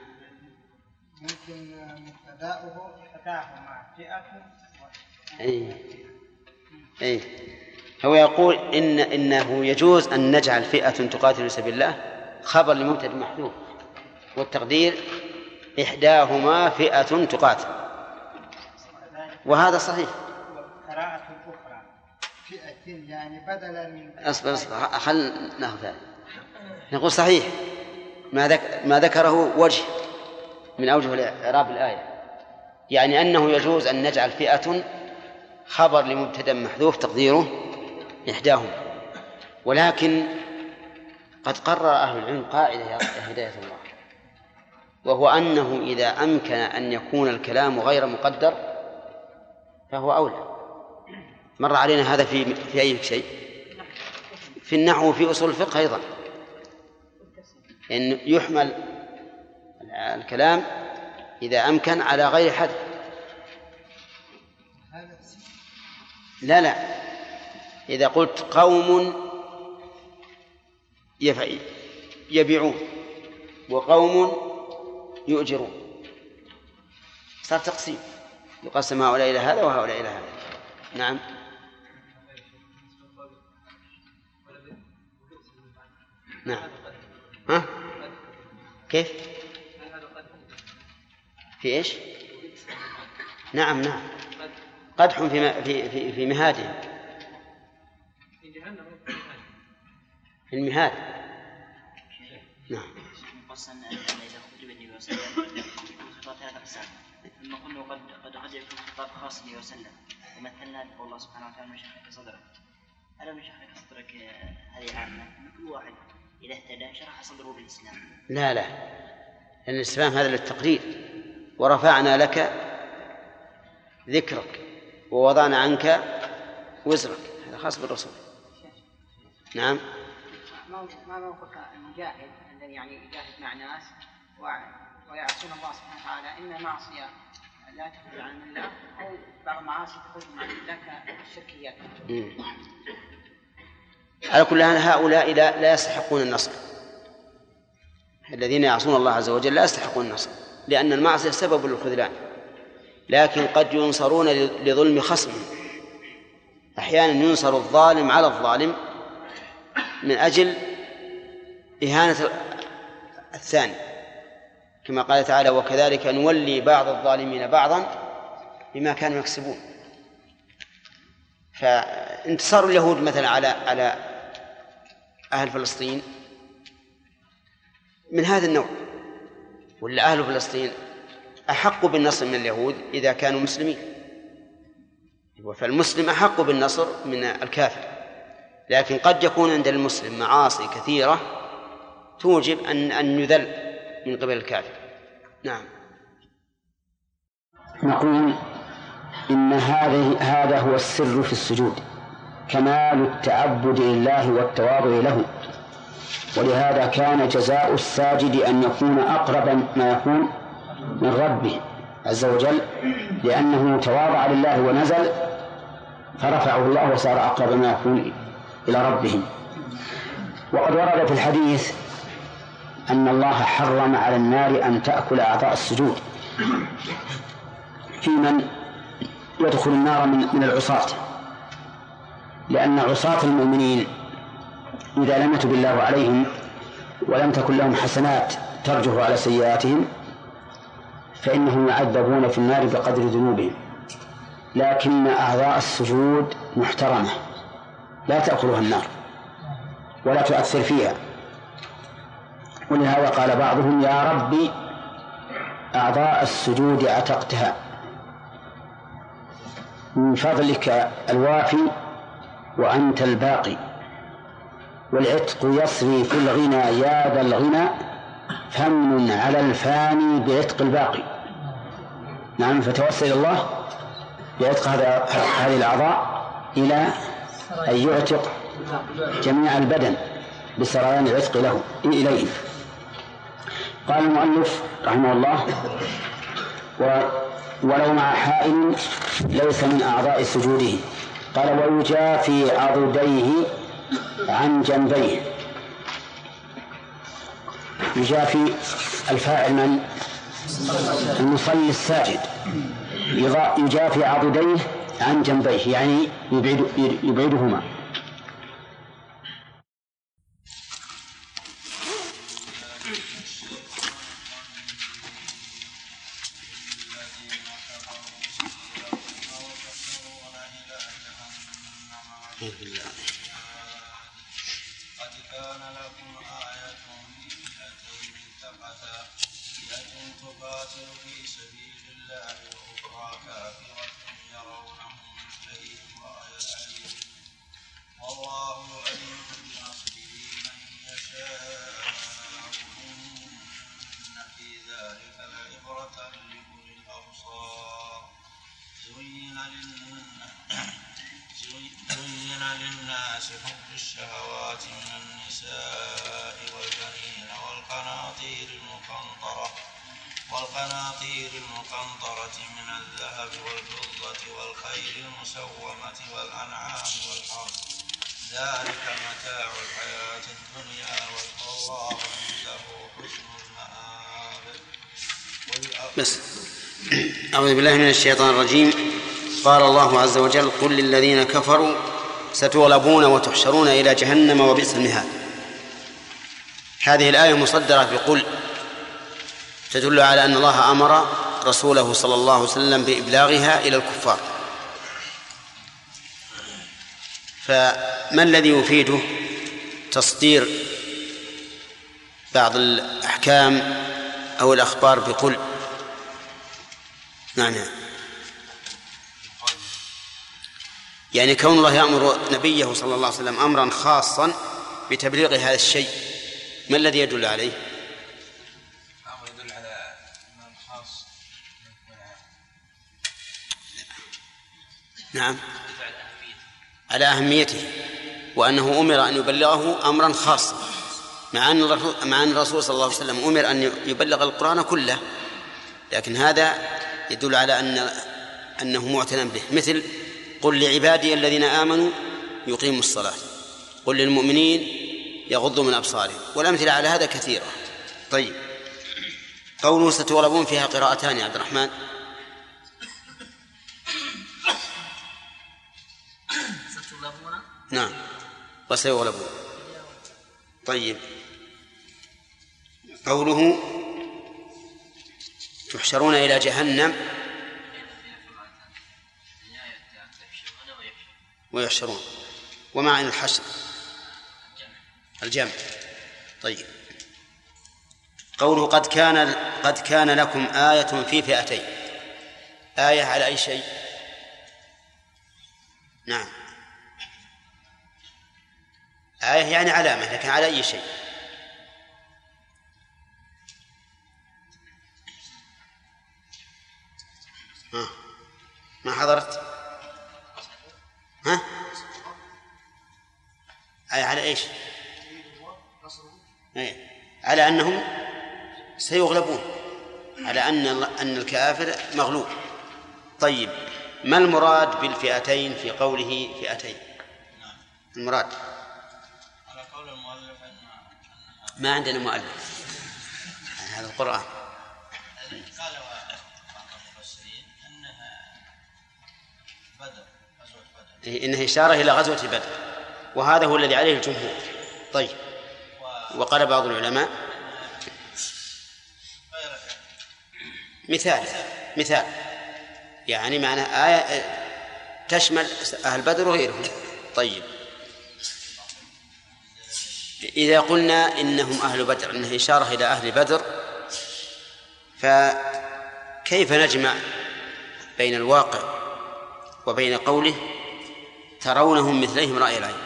ممكن مبتدأه فتاه مع فئة. أي أي هو يقول إن إنه يجوز أن نجعل فئة تقاتل في سبيل الله خبر لمبتدأ محذوف، والتقدير إحداهما فئة تقاتل، وهذا صحيح. قراءة أخرى فئة يعني بدلا من أصبر أصبر خل نأخذ هذا. نقول صحيح ما ذك ما ذكره وجه من أوجه إعراب الآية، يعني أنه يجوز أن نجعل فئة خبر لمبتدأ محذوف تقديره إحداهما، ولكن قد قرر أهل العلم قاعدة يا هداية الله، وهو أنه إذا أمكن أن يكون الكلام غير مقدر فهو أولى. مر علينا هذا في في أي شيء، في النحو وفي أصول الفقه أيضا، إن يحمل الكلام إذا أمكن على غير حذف. لا لا إذا قلت قوم يبيعون وقوم يؤجرون صار تقسيم، يقسم هؤلاء إلى هذا وهؤلاء إلى هذا. نعم. نعم. ها؟ كيف؟ في إيش؟ نعم نعم قدح في في في, في مهاده، في المهاد. نعم. قصا أن إذا خطب النبي صلى الله عليه وسلم يكون خطاب ثلاث أقسام، ثم قلنا قد قد قد يكون خطاب خاص به وسلم، ومثلنا الله سبحانه وتعالى من شرح صدرك. ألا من شرح صدرك هذه عامة، كل واحد إذا اهتدى شرح صدره بالإسلام. لا لا لأن الإسلام هذا للتقرير، ورفعنا لك ذكرك ووضعنا عنك وزرك، هذا خاص بالرسول. نعم. ما موقف المجاهد الذي يعني يجاهد مع ناس ويعصون الله سبحانه وتعالى، إما معصية لا تخرج عن الله أو بعض المعاصي تخرج عن الله كالشركيات. على كل حال هؤلاء لا, لا يستحقون النصر، الذين يعصون الله عز وجل لا يستحقون النصر، لأن المعصية سبب للخذلان، لكن قد ينصرون لظلم خصمهم. أحيانا ينصر الظالم على الظالم من أجل إهانة الثاني، كما قال تعالى وكذلك نولي بعض الظالمين بعضا بما كانوا يكسبون. فانتصار اليهود مثلا على على أهل فلسطين من هذا النوع، ولا أهل فلسطين أحق بالنصر من اليهود إذا كانوا مسلمين، فالمسلم أحق بالنصر من الكافر، لكن قد يكون عند المسلم معاصي كثيرة توجب أن أن يذل من قبل الكافر. نعم. نقول إن هذه هذا هو السر في السجود، كمال التعبد لله والتواضع له، ولهذا كان جزاء الساجد أن يكون أقرب ما يكون من ربه عز وجل، لأنه تواضع لله ونزل فرفعه الله وصار أقرب ما يكون إلى ربه. وقد ورد في الحديث أن الله حرم على النار أن تأكل أعضاء السجود في من يدخل النار من, من العصاة، لأن عصاة المؤمنين إذا لم يتب الله عليهم ولم تكن لهم حسنات ترجح على سيئاتهم فإنهم يعذبون في النار بقدر ذنوبهم، لكن أعضاء السجود محترمة لا تأكلها النار ولا تؤثر فيها. ولهذا قال بعضهم يا ربي أعضاء السجود عتقتها، من فضلك الوافي وأنت الباقي، والعتق يصري في الغنى يا ذا الغنى، فمن على الفاني بعتق الباقي. نعم، فتوسل الله بعتق هذه الأعضاء إلى أن يعتق جميع البدن بسريان العتق له إليه. قال المؤلف رحمه الله: ولو مع حائل ليس من أعضاء سجوده. قال: ويجافي عضديه عن جنبيه. يجافي الفاعل من؟ المصلي الساجد. يجافي عضديه عن جنبيه يعني يبعد يبعدهما. قد كان لكم آية في فئتين التقتا، فئة تقاتل في سبيل الله وأخرى كافرة يرونهم مثليهم رأي العين، والله يؤيد بنصره من يشاء، إن في ذلك لعبرة لأولي الأبصار. زين زين للناس حب الشهوات من النساء والبنين والقناطير المقنطرة والقناطير المقنطرة من الذهب والفضة والخيل المسومة والأنعام والحرث، ذلك متاع الحياة الدنيا والله عنده حسن المآب. بس أعوذ بالله من الشيطان الرجيم. قال الله عز وجل: قل للذين كفروا ستغلبون وتحشرون إلى جهنم وبئس المهاد. هذه الآية مصدرة بقل، تدل على أن الله أمر رسوله صلى الله عليه وسلم بإبلاغها إلى الكفار. فما الذي يفيده تصدير بعض الأحكام أو الأخبار بقل؟ نعم، يعني كون الله يأمر نبيه صلى الله عليه وسلم أمرا خاصا بتبليغ هذا الشيء، ما الذي يدل عليه؟ أمر يدل على أمر خاص. نعم، على أهميته، وأنه أمر أن يبلغه أمرا خاصا، مع أن الرسول صلى الله عليه وسلم أمر أن يبلغ القرآن كله، لكن هذا يدل على أن أنه معتنى به. مثل: قل لعبادي الذين آمنوا يقيموا الصلاة، قل للمؤمنين يغضوا من أبصارهم، والأمثلة على هذا كثيرة. طيب، قوله ستغلبون فيها قراءتان يا عبد الرحمن. ستغلبون، نعم، وسيغلبون. طيب، قوله تحشرون إلى جهنم ويحشرون، ومعنى الحشر الجمع. طيب، قوله قد كان قد كان لكم آية في فئتين. آية على أي شيء؟ نعم، آية يعني علامة، لكن على أي شيء؟ ها، ما حضرت؟ ها؟ آية على إيش؟ أيه. على أنهم سيغلبون، على أن أن الكافر مغلوب. طيب، ما المراد بالفئتين في قوله فئتين؟ المراد على قول المؤلف ما عندنا مؤلف يعني هذا القرآن. قال بعض المفسرين أنها بدر، غزوة بدر، إنها إشارة إلى غزوة بدر، وهذا هو الذي عليه الجمهور. طيب، وقال بعض العلماء مثال مثال يعني معنى آية تشمل أهل بدر وغيرهم. طيب، إذا قلنا إنهم أهل بدر، إنها إشارة إلى أهل بدر، فكيف نجمع بين الواقع وبين قوله ترونهم مثليهم رأي العين.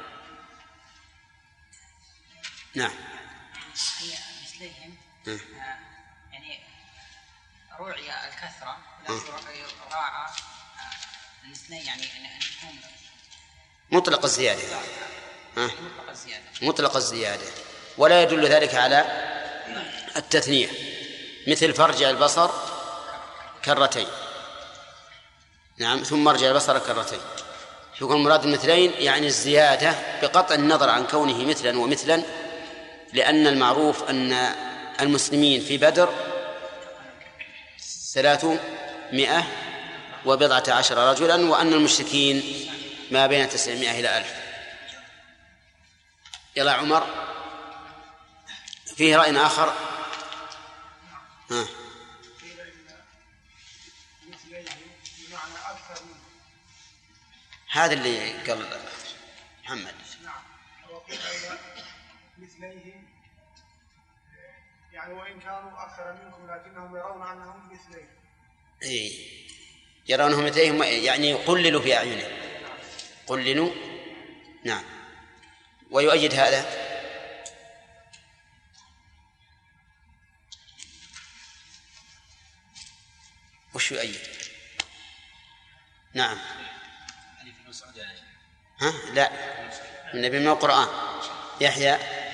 نعم. هي مثليهم آه يعني روعي الكثرة ولكن راعى الاثنين يعني أن تكون مطلق الزيادة. مطلق الزيادة مطلق الزيادة ولا يدل ذلك على التثنية، مثل فارجع البصر كرتين. نعم ثم ارجع البصر كرتين. يكون مراد المثلين يعني الزيادة بقطع النظر عن كونه مثلا ومثلا، لأن المعروف أن المسلمين في بدر ثلاثمائة وبضعة عشر رجلا، وأن المشركين ما بين تسعمائة إلى ألف. يلا عمر فيه رأي آخر. ها. هذا اللي قال محمد. نعم وقيل مثليهم يعني وإن كانوا أكثر منكم لكنهم يرون أنهم مثليهم. إيه يرونهم مثليهم يعني قللوا في أعينهم. قللوا. نعم. ويؤيد هذا وش يؤيد؟ نعم. ها؟ لا النبي من القرآن. يحيى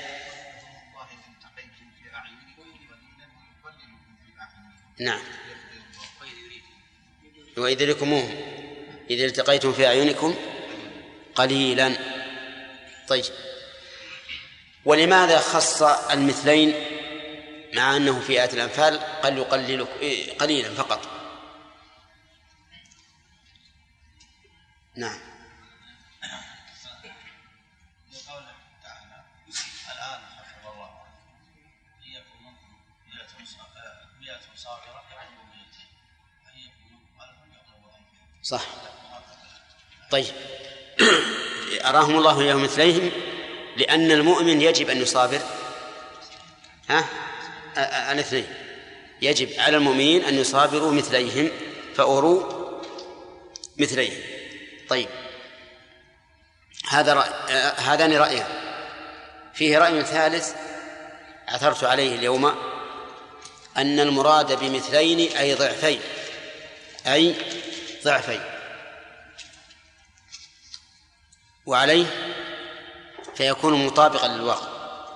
نعم. وإذ يريكموهم إذ التقيتم في أعينكم قليلا. طيب ولماذا خص المثلين مع أنه في آية الأنفال قال يقلل قليلا فقط؟ نعم. صح. طيب أراهم الله إياهم مثليهم لأن المؤمن يجب أن يصابر ها الاثنين. يجب على المؤمنين أن يصابروا مثليهم فأروا مثليهم. طيب هذا رأي هذان رأيان. فيه رأي ثالث عثرت عليه اليوم أن المراد بمثلين أي ضعفين أي ضعفين وعليه فيكون مطابقا للواقع،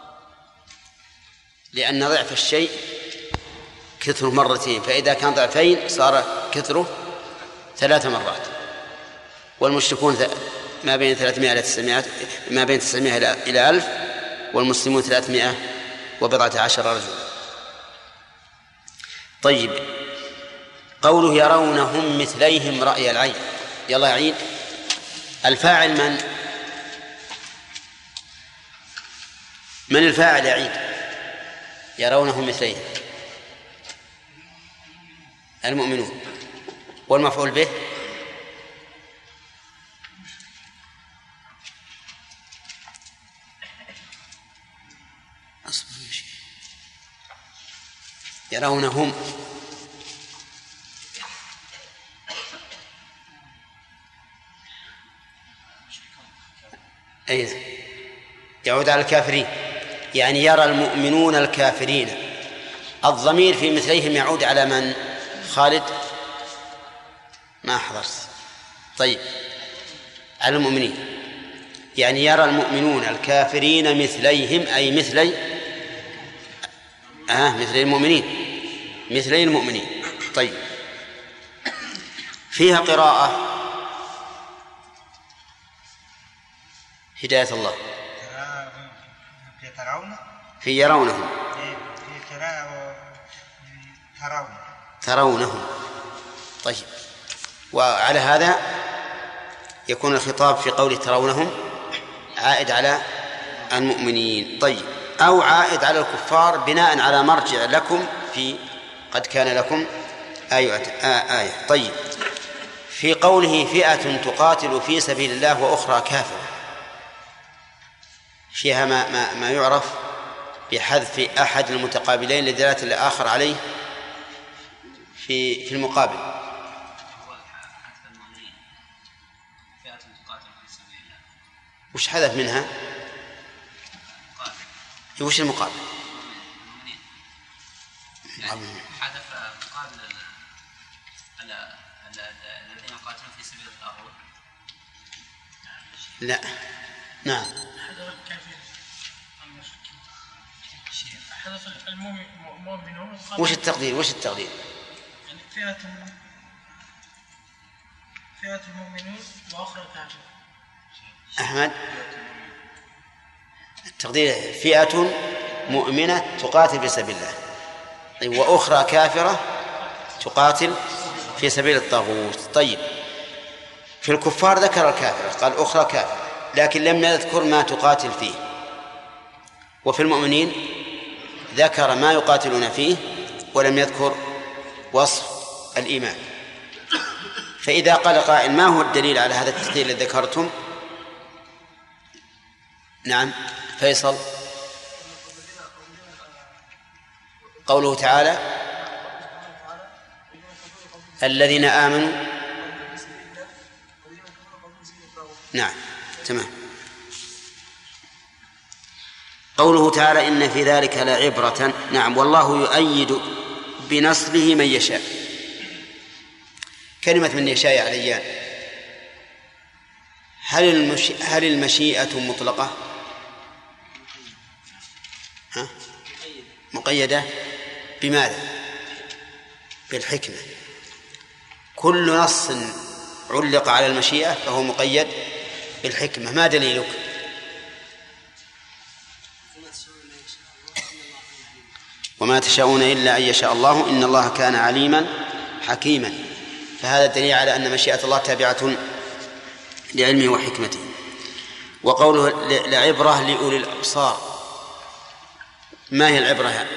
لأن ضعف الشيء كثره مرتين، فإذا كان ضعفين صار كثره ثلاث مرات. والمشركون ما بين ثلاثمائة إلى تسعمائة ما بين تسعمائة إلى ألف، والمسلمون ثلاثمائة وبضعة عشر رجل. طيب قوله يرونهم مثليهم رأي العين. يلا عيد الفاعل من؟ من الفاعل يا عيد؟ يرونهم مثليهم المؤمنون. والمفعول به يرونهم أي يعود على الكافرين، يعني يرى المؤمنون الكافرين. الضمير في مثليهم يعود على من؟ خالد ما حضرت. طيب على المؤمنين، يعني يرى المؤمنون الكافرين مثليهم أي مثلي آه مثلي المؤمنين مثلي المؤمنين. طيب فيها قراءة هداية الله في يرونهم ترونهم. طيب وعلى هذا يكون الخطاب في قوله ترونهم عائد على المؤمنين. طيب أو عائد على الكفار بناء على مرجع لكم في قد كان لكم آية, آية. طيب في قوله فئة تقاتل في سبيل الله وأخرى كافرة فيها ما, ما, ما يعرف بحذف أحد المتقابلين لدلالة الآخر عليه في في المقابل. وش حذف منها؟ وش المقابل؟ يعني حذف مقابل الذين قاتلوا في سبيل الطاغوت. لا نعم حذف المؤمنون. وش التقدير وش التقدير؟ يعني فئة فئة المؤمنون وأخرى كافرة. أحمد التقدير فئة مؤمنة تقاتل في سبيل الله وأخرى كافرة تقاتل في سبيل الطاغوت. طيب في الكفار ذكر الكافرة قال أخرى كافرة لكن لم يذكر ما تقاتل فيه. وفي المؤمنين ذكر ما يقاتلون فيه ولم يذكر وصف الإيمان. فإذا قال قائل ما هو الدليل على هذا التقدير الذي ذكرتم؟ نعم فيصل. قوله تعالى الذين آمنوا. نعم تمام. قوله تعالى إن في ذلك لعبرة. نعم والله يؤيد بنصره من يشاء. كلمة من يشاء يا عليان هل المشي... هل المشيئة مطلقة؟ ها؟ مقيدة بماذا؟ بالحكمة. كل نص علق على المشيئة فهو مقيد بالحكمة. ما دليلك؟ وما تشاءون إلا أن يشاء الله إن الله كان عليما حكيما. فهذا دليل على أن مشيئة الله تابعة لعلمه وحكمته. وقوله لعبرة لأولي الأبصار. ما هي العبرة يعني؟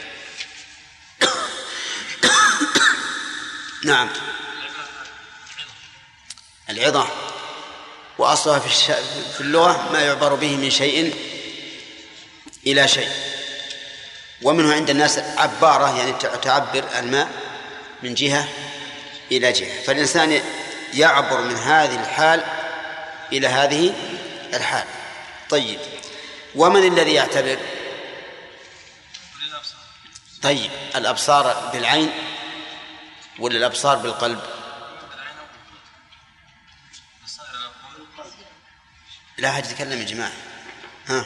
نعم العظة وأصلها في, الش... في اللغة ما يعبر به من شيء إلى شيء. ومنه عند الناس عبارة يعني تعبر الماء من جهة إلى جهة. فالإنسان يعبر من هذه الحال إلى هذه الحال. طيب ومن الذي يعتبر؟ طيب الأبصار بالعين ولا الأبصار بالقلب؟ لا أحد يتكلم يا جماعة. ها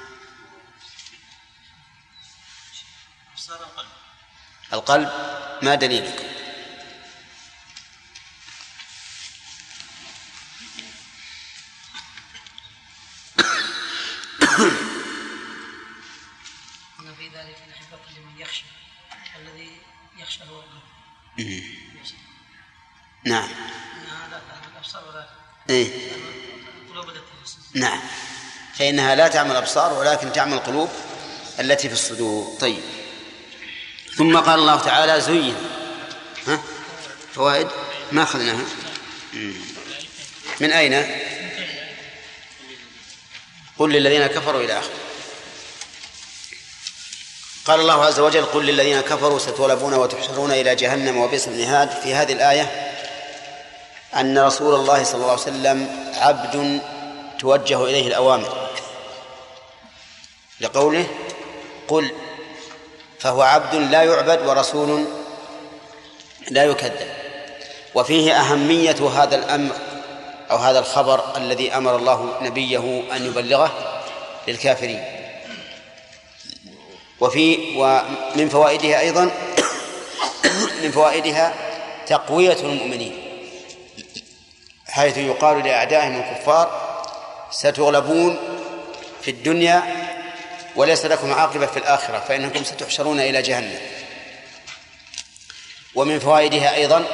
القلب. ما دليلك؟ إن في ذلك لعبرة لمن يخشى. الذي يخشى هو الله. نعم هذا الأبصار ولا إيه؟ نعم فإنها لا تعمل الأبصار ولكن تعمل القلوب التي في الصدور. طيب ثم قال الله تعالى زين. ها فوائد ما أخذناها من أين؟ قل للذين كفروا إلى آخر. قال الله عز وجل قل للذين كفروا ستغلبون وتحشرون إلى جهنم وبئس المهاد. في هذه الآية أن رسول الله صلى الله عليه وسلم عبد توجه إليه الأوامر لقوله قل، فهو عبد لا يعبد ورسول لا يكذب. وفيه أهمية هذا الأمر أو هذا الخبر الذي أمر الله نبيه أن يبلغه للكافرين. وفي ومن فوائدها أيضا من فوائدها تقوية المؤمنين، حيث يقال لأعدائهم الكفار ستغلبون في الدنيا وليس لكم عاقبة في الآخرة فإنكم ستحشرون إلى جهنم. ومن فوائدها أيضا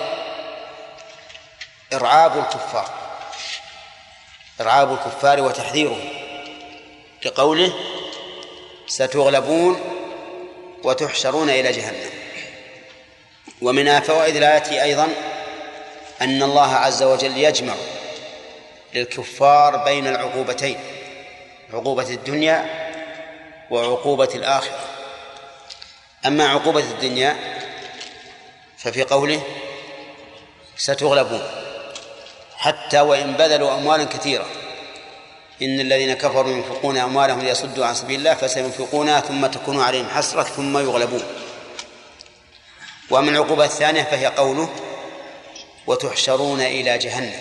إرعاب الكفار إرعاب الكفار وتحذيرهم لقوله ستغلبون وتحشرون إلى جهنم. ومن فوائد الآية أيضا أن الله عز وجل يجمع للكفار بين العقوبتين، عقوبة الدنيا وعقوبة الآخرة. أما عقوبة الدنيا ففي قوله ستغلبون حتى وإن بذلوا أموالا كثيرة إن الذين كفروا ينفقون أموالهم ليصدوا عن سبيل الله فسينفقونها ثم تكون عليهم حسرة ثم يغلبون. ومن العقوبة الثانية فهي قوله وتحشرون إلى جهنم.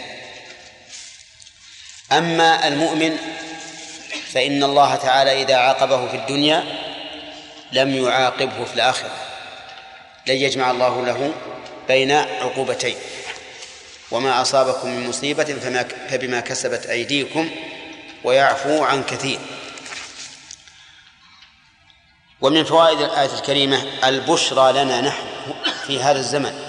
أما المؤمن فإن الله تعالى إذا عاقبه في الدنيا لم يعاقبه في الآخرة، لن يجمع الله له بين عقوبتين. وما أصابكم من مصيبة فبما كسبت أيديكم ويعفو عن كثير. ومن فوائد الآية الكريمة البشرى لنا نحن في هذا الزمن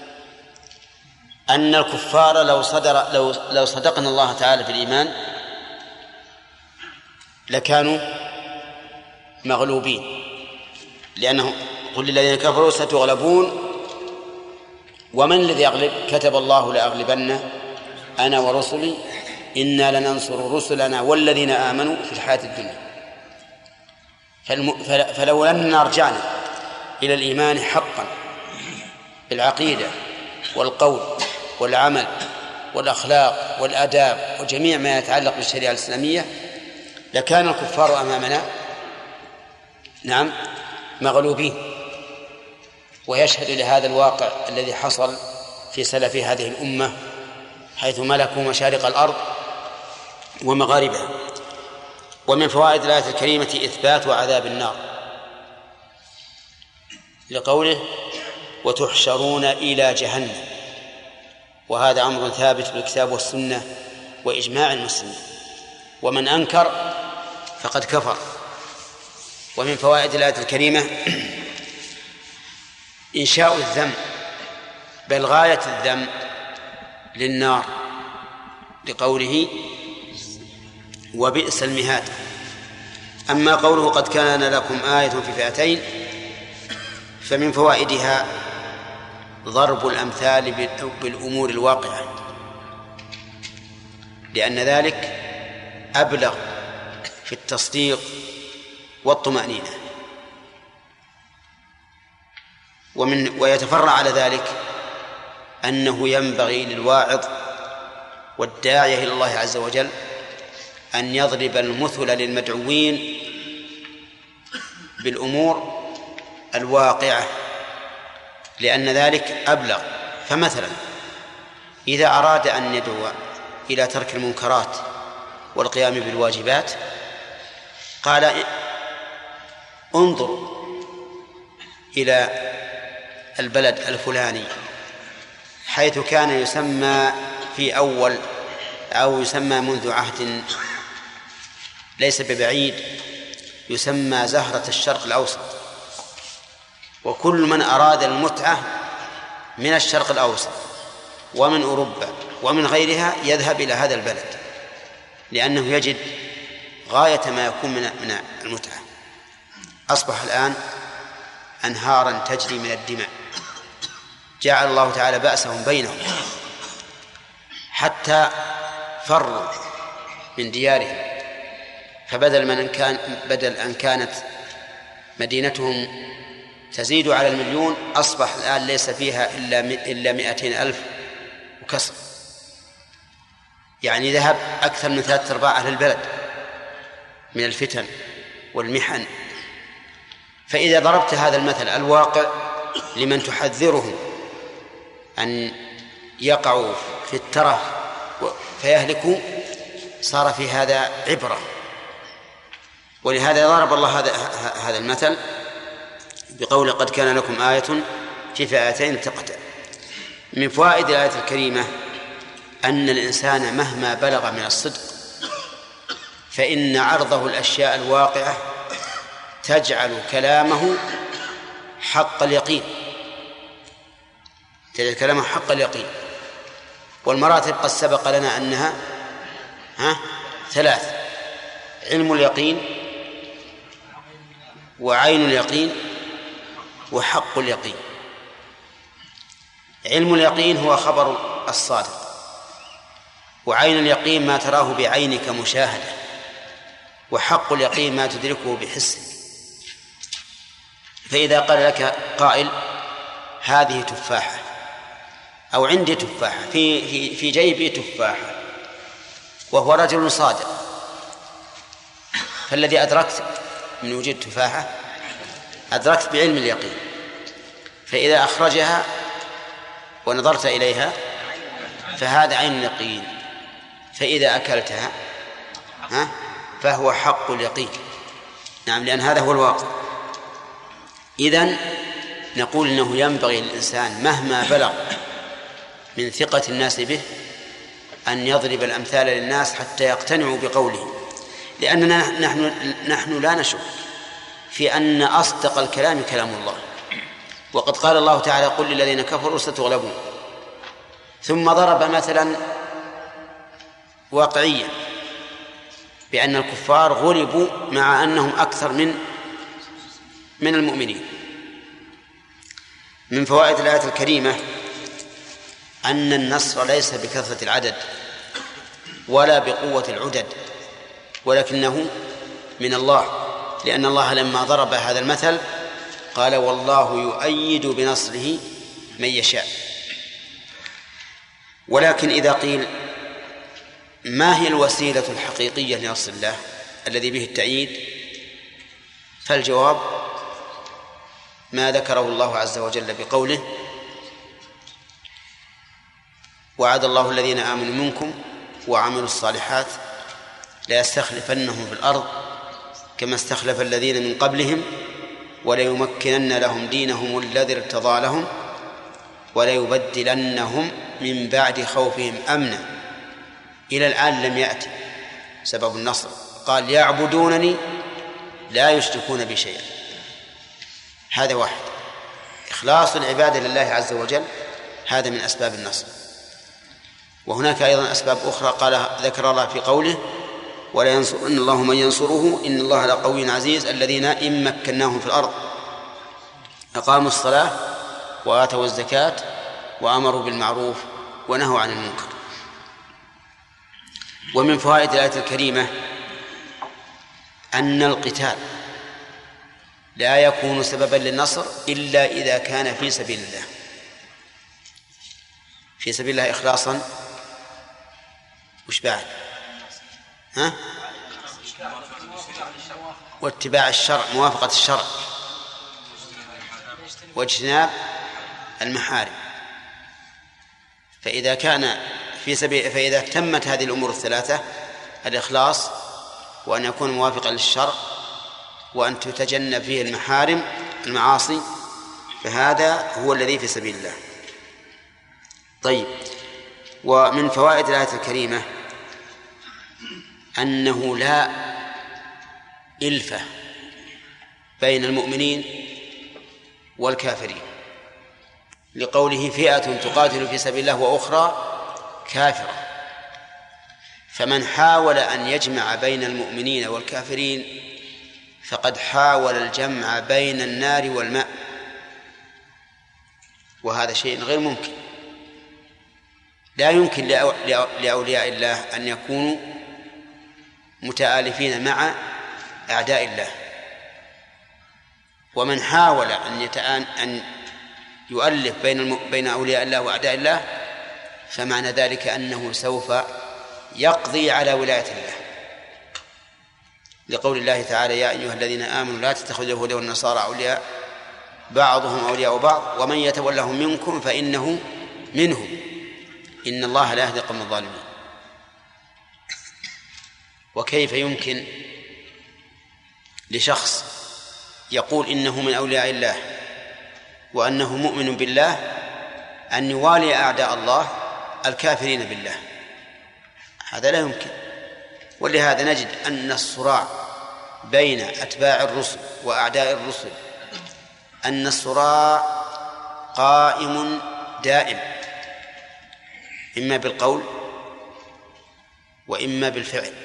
أن الكفار لو صدر لو لو صدقنا الله تعالى في الإيمان لكانوا مغلوبين، لأنه قل للذين كفروا ستغلبون ومن الذي يغلب؟ كتب الله لأغلبن أنا ورسلي إنا لننصر رسلنا والذين آمنوا في الحياة الدنيا. فلو أننا رجعنا إلى الإيمان حقا بالعقيدة والقول والعمل والأخلاق والآداب وجميع ما يتعلق بالشريعة الإسلامية لكان الكفار أمامنا نعم مغلوبين. ويشهد لهذا الواقع الذي حصل في سلف هذه الأمة حيث ملكوا مشارق الأرض ومغاربها. ومن فوائد الآية الكريمة إثبات عذاب النار لقوله وتحشرون إلى جهنم، وهذا أمر ثابت بالكتاب والسنة وإجماع المسلمين، ومن أنكر فقد كفر. ومن فوائد الآية الكريمة إنشاء الذم بل غاية الذم للنار لقوله وبئس المهاد. أما قوله قد كان لكم آية في فئتين فمن فوائدها ضرب الأمثال بالأمور الواقعة، لأن ذلك أبلغ في التصديق والطمأنينة. ومن ويتفرع على ذلك أنه ينبغي للواعظ والداعية إلى الله عز وجل أن يضرب المثل للمدعوين بالأمور الواقعة، لأن ذلك أبلغ. فمثلا إذا أراد أن يدعو إلى ترك المنكرات والقيام بالواجبات قال انظر إلى البلد الفلاني حيث كان يسمى في أول أو يسمى منذ عهد ليس ببعيد يسمى زهرة الشرق الأوسط، وكل من أراد المتعة من الشرق الأوسط ومن أوروبا ومن غيرها يذهب إلى هذا البلد لأنه يجد غاية ما يكون من المتعة. أصبح الآن أنهارا تجري من الدماء، جعل الله تعالى بأسهم بينهم حتى فروا من ديارهم، فبدل من كان بدل أن كانت مدينتهم تزيد على المليون أصبح الآن ليس فيها إلا إلا مئتين ألف وكسر، يعني ذهب أكثر من ثلاثة أرباع أهل البلد من الفتن والمحن. فإذا ضربت هذا المثل الواقع لمن تحذرهم أن يقعوا في الترف فيهلكوا صار في هذا عبرة. ولهذا ضرب الله هذا هذا المثل بقول قد كان لكم آية في فئتين التقتا. من فوائد الآية الكريمة أن الإنسان مهما بلغ من الصدق فإن عرضه الأشياء الواقعة تجعل كلامه حق اليقين، تجعل كلامه حق اليقين. والمراتب قد سبق لنا أنها ها ثلاث: علم اليقين وعين اليقين وحق اليقين. علم اليقين هو خبر الصادق، وعين اليقين ما تراه بعينك مشاهدة، وحق اليقين ما تدركه بحسك. فإذا قال لك قائل هذه تفاحة أو عندي تفاحة في في في جيبي تفاحة، وهو رجل صادق فالذي أدركت من وجود تفاحة أدركت بعلم اليقين، فإذا أخرجها ونظرت إليها فهذا عين اليقين، فإذا أكلتها ها فهو حق اليقين. نعم، لأن هذا هو الواقع. إذن نقول إنه ينبغي للإنسان مهما بلغ من ثقة الناس به أن يضرب الأمثال للناس حتى يقتنعوا بقوله، لأننا نحن, نحن لا نشك في أن أصدق الكلام كلام الله، وقد قال الله تعالى: قل للذين كفروا ستغلبون. ثم ضرب مثلا واقعيا بأن الكفار غلبوا مع أنهم أكثر من من المؤمنين. من فوائد الآية الكريمة أن النصر ليس بكثرة العدد ولا بقوة العدد، ولكنه من الله، لأن الله لما ضرب هذا المثل قال: والله يؤيد بنصره من يشاء. ولكن إذا قيل ما هي الوسيلة الحقيقية لنصر الله الذي به التأييد، فالجواب ما ذكره الله عز وجل بقوله: وعد الله الذين آمنوا منكم وعملوا الصالحات ليستخلفنهم في الأرض كما استخلف الذين من قبلهم وليمكنن لهم دينهم الذي ارتضى لهم وليبدلنهم من بعد خوفهم أمنا. إلى الآن لم يأتي سبب النصر، قال: يعبدونني لا يشركون بي شيئا. هذا واحد، إخلاص العبادة لله عز وجل، هذا من أسباب النصر. وهناك أيضا أسباب أخرى قال ذكر الله في قوله: ولا ينصر إن الله من ينصره إن الله لقوي عزيز الذين إن مكناهم في الأرض أقاموا الصلاة وآتوا الزكاة وأمروا بالمعروف ونهوا عن المنكر. ومن فوائد الآية الكريمة أن القتال لا يكون سببا للنصر إلا إذا كان في سبيل الله، في سبيل الله إخلاصا. وش بعد؟ ها؟ واتباع الشرع، موافقة الشرع، واجتناب المحارم. فإذا كان في سبيل فإذا تمت هذه الأمور الثلاثة، الإخلاص وأن يكون موافقا للشرع وأن تتجنب فيه المحارم المعاصي، فهذا هو الذي في سبيل الله. طيب، ومن فوائد الآية الكريمة أنه لا إلفة بين المؤمنين والكافرين، لقوله: فئة تقاتل في سبيل الله وأخرى كافرة. فمن حاول أن يجمع بين المؤمنين والكافرين فقد حاول الجمع بين النار والماء، وهذا شيء غير ممكن. لا يمكن لأولياء الله أن يكونوا متآلفين مع أعداء الله. ومن حاول أن يتآن أن يؤلف بين بين أولياء الله وأعداء الله فمعنى ذلك أنه سوف يقضي على ولاية الله، لقول الله تعالى: يا أيها الذين آمنوا لا تتخذوا اليهود والنصارى أولياء بعضهم أولياء بعض ومن يتولهم منكم فإنه منهم إن الله لا يهدي القوم الظالمين. وكيف يمكن لشخص يقول إنه من أولياء الله وأنه مؤمن بالله أن يوالي أعداء الله الكافرين بالله؟ هذا لا يمكن. ولهذا نجد أن الصراع بين أتباع الرسل وأعداء الرسل أن الصراع قائم دائم، إما بالقول وإما بالفعل.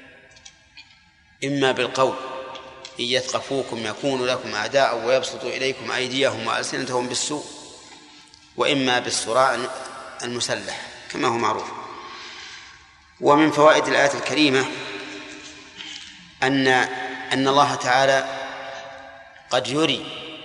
إما بالقول: إن يثقفوكم يكونوا لكم أعداء ويبسطوا إليكم أيديهم وألسنتهم بالسوء، وإما بالصراع المسلح كما هو معروف. ومن فوائد الآية الكريمة أن أن الله تعالى قد يري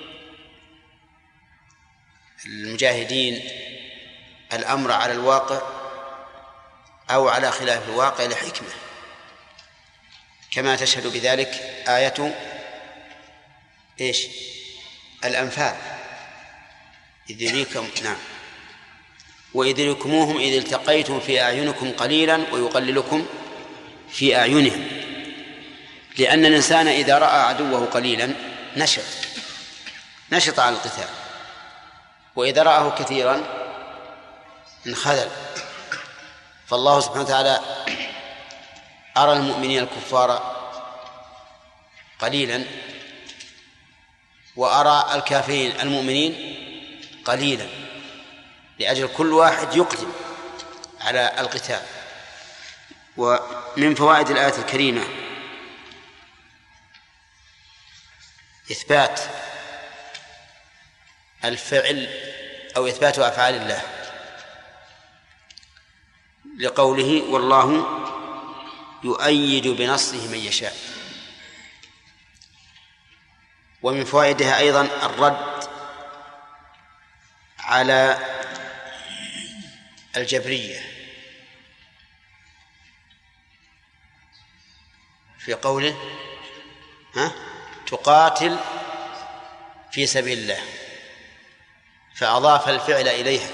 المجاهدين الأمر على الواقع أو على خلاف الواقع لحكمة، كما تشهد بذلك آية إيش الأنفال إذ يريكم نعم وإذ يريكموهم إذ التقيتم في أعينكم قليلا ويقللكم في أعينهم، لأن الإنسان إذا رأى عدوه قليلا نشط نشط على القتال، وإذا رآه كثيرا انخذل. فالله سبحانه وتعالى أرى المؤمنين الكفار قليلا وأرى الكافرين المؤمنين قليلا، لأجل كل واحد يقدم على القتال. ومن فوائد الآية الكريمة إثبات الفعل أو إثبات أفعال الله، لقوله والله يؤيد بنصره من يشاء. ومن فوائدها أيضا الرد على الجبرية في قوله ها تقاتل في سبيل الله، فأضاف الفعل إليها.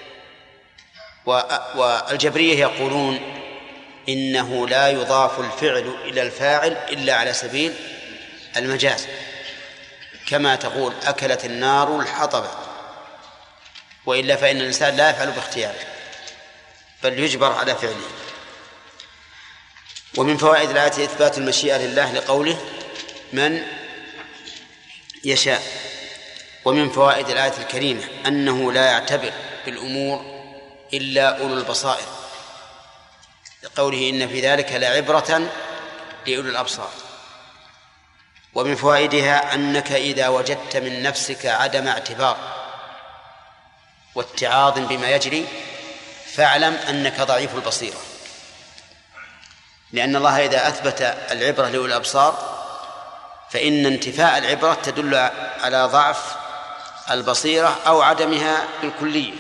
والجبرية يقولون إنه لا يضاف الفعل إلى الفاعل إلا على سبيل المجاز، كما تقول أكلت النار الحطب، وإلا فإن الإنسان لا يفعل باختياره بل يجبر على فعله. ومن فوائد الآية إثبات المشيئة لله لقوله من يشاء. ومن فوائد الآية الكريمة أنه لا يعتبر بالأمور إلا أولو البصائر، لقوله إن في ذلك لعبرة لأولي الأبصار. ومن فوائدها أنك إذا وجدت من نفسك عدم اعتبار واتعاظ بما يجري فاعلم أنك ضعيف البصيرة، لأن الله إذا أثبت العبرة لأولي الأبصار فإن انتفاء العبرة تدل على ضعف البصيرة أو عدمها بالكلية.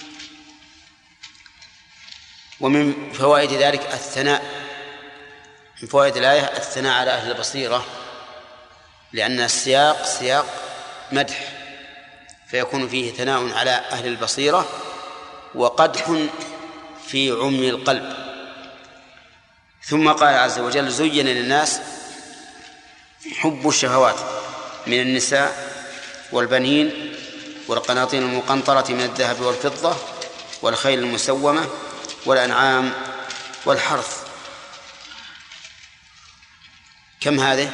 ومن فوائد ذلك الثناء، من فوائد الآية الثناء على أهل البصيرة، لأن السياق سياق مدح فيكون فيه ثناء على أهل البصيرة وقدح في عمي القلب. ثم قال عز وجل زين للناس حب الشهوات من النساء والبنين والقناطير المقنطرة من الذهب والفضة والخيل المسومة والأنعام والحرث. كم هذه؟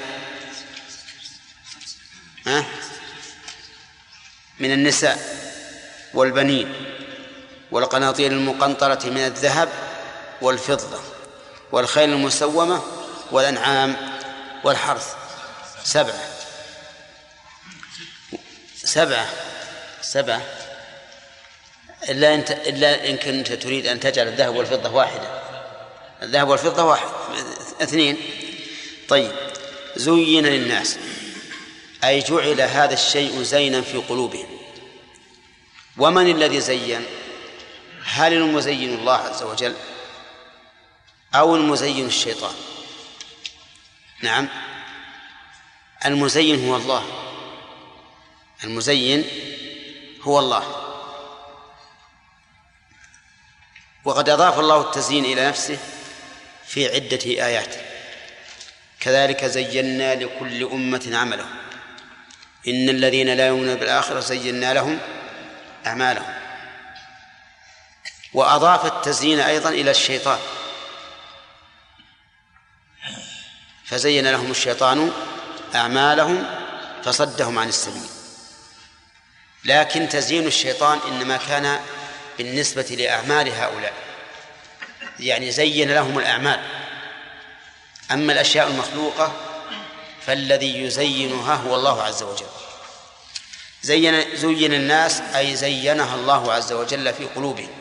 ها؟ من النساء والبنين والقناطير المقنطرة من الذهب والفضة والخيل المسومة والأنعام والحرث. سبعة سبعة سبعة إلا أنت إلا إن كنت تريد أن تجعل الذهب والفضة واحدة. الذهب والفضة واحد اثنين. طيب زين للناس أي جعل هذا الشيء زينا في قلوبهم. ومن الذي زين؟ هل المزين الله عز وجل أو المزين الشيطان؟ نعم المزين هو الله، المزين هو الله. وقد أضاف الله التزيين إلى نفسه في عدة آيات. كذلك زينا لكل أمة عملهم إن الذين لا يؤمنون بالآخرة زينا لهم أعمالهم. وأضاف التزيين أيضا إلى الشيطان فزين لهم الشيطان أعمالهم فصدهم عن السبيل. لكن تزيين الشيطان إنما كان بالنسبة لأعمال هؤلاء، يعني زين لهم الأعمال. أما الأشياء المخلوقة فالذي يزينها هو الله عز وجل. زين زين الناس أي زينها الله عز وجل في قلوبهم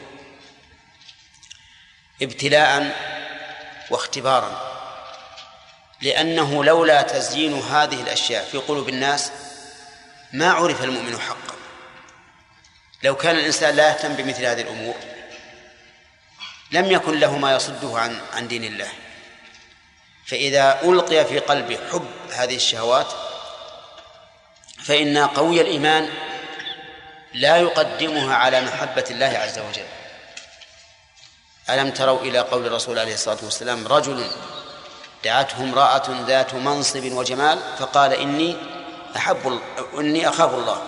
ابتلاء واختبارا، لأنه لولا تزيين هذه الأشياء في قلوب الناس ما عرف المؤمن حقا. لو كان الإنسان لا يهتم بمثل هذه الأمور لم يكن له ما يصده عن عن دين الله. فإذا ألقي في قلبه حب هذه الشهوات فإن قوي الإيمان لا يقدمها على محبة الله عز وجل. ألم تروا إلى قول الرسول عليه الصلاة والسلام: رجل دعته امرأة ذات منصب وجمال فقال إني أحب إني أخاف الله.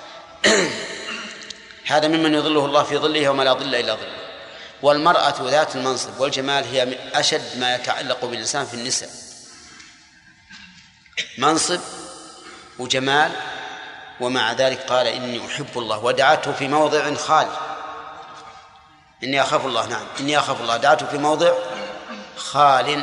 هذا ممن يظله الله في ظله وما لا ظل إلا ظله. والمرأة ذات المنصب والجمال هي من أشد ما يتعلق بالإنسان في النساء، منصب وجمال، ومع ذلك قال إني أحب الله، ودعته في موضع خال، إني أخاف الله، نعم إني أخاف الله، دعته في موضع خال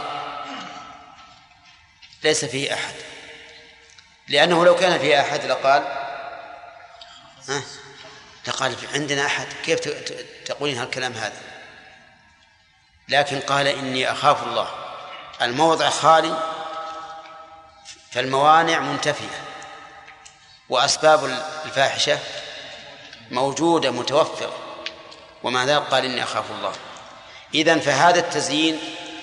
ليس فيه أحد، لأنه لو كان فيه أحد لقال ها لقال عندنا أحد، كيف تقولين هالكلام هذا؟ لكن قال إني أخاف الله، الموضع خالي فالموانع منتفية وأسباب الفاحشة موجودة متوفرة، ومع ذلك قال إني أخاف الله. إذن فهذا التزيين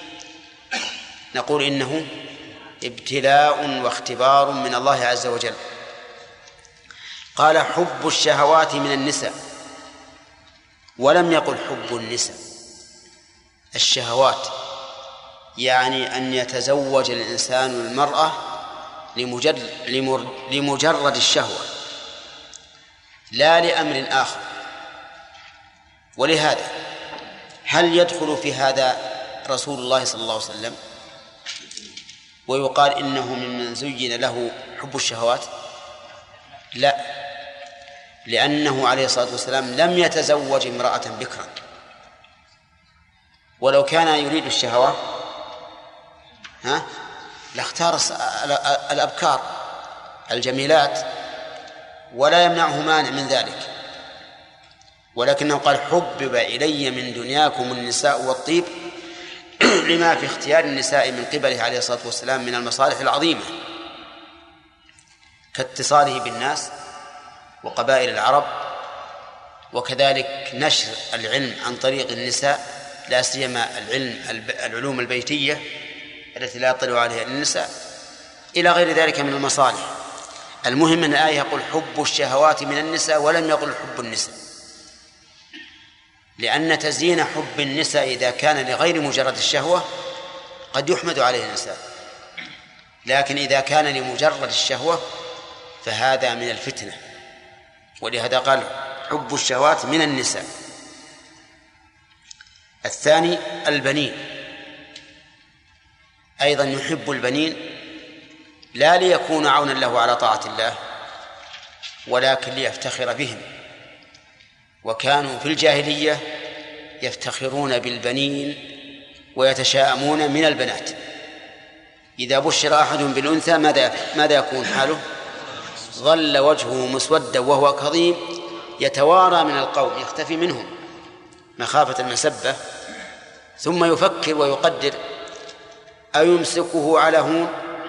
نقول إنه ابتلاء واختبار من الله عز وجل. قال حب الشهوات من النساء، ولم يقل حب النساء. الشهوات يعني أن يتزوج الإنسان المرأة لمجرد, لمجرد الشهوة لا لأمر آخر. ولهذا هل يدخل في هذا رسول الله صلى الله عليه وسلم ويقال إنه ممن زين له حب الشهوات؟ لا، لأنه عليه الصلاة والسلام لم يتزوج امرأة بكرا، ولو كان يريد الشهوة ها لاختار الأبكار الجميلات ولا يمنعه مانع من ذلك، ولكنه قال حبب إلي من دنياكم النساء والطيب لما في اختيار النساء من قبله عليه الصلاة والسلام من المصالح العظيمة كاتصاله بالناس وقبائل العرب، وكذلك نشر العلم عن طريق النساء، لا سيما العلم العلوم البيتية التي لا يطلع عليها النساء، إلى غير ذلك من المصالح. المهم أن الآية يقول حب الشهوات من النساء ولم يقل حب النساء، لأن تزيين حب النساء إذا كان لغير مجرد الشهوة قد يحمد عليه النساء، لكن إذا كان لمجرد الشهوة فهذا من الفتنة، ولهذا قال حب الشهوات من النساء. الثاني البنين، أيضا يحب البنين لا ليكون عونا له على طاعة الله ولكن ليفتخر بهم، وكانوا في الجاهلية يفتخرون بالبنين ويتشاءمون من البنات. إذا بشر أحدهم بالأنثى ماذا ماذا يكون حاله؟ ظل وجهه مسودا وهو كظيم يتوارى من القوم يختفي منهم مخافة المسبة، ثم يفكر ويقدر أيمسكه على هون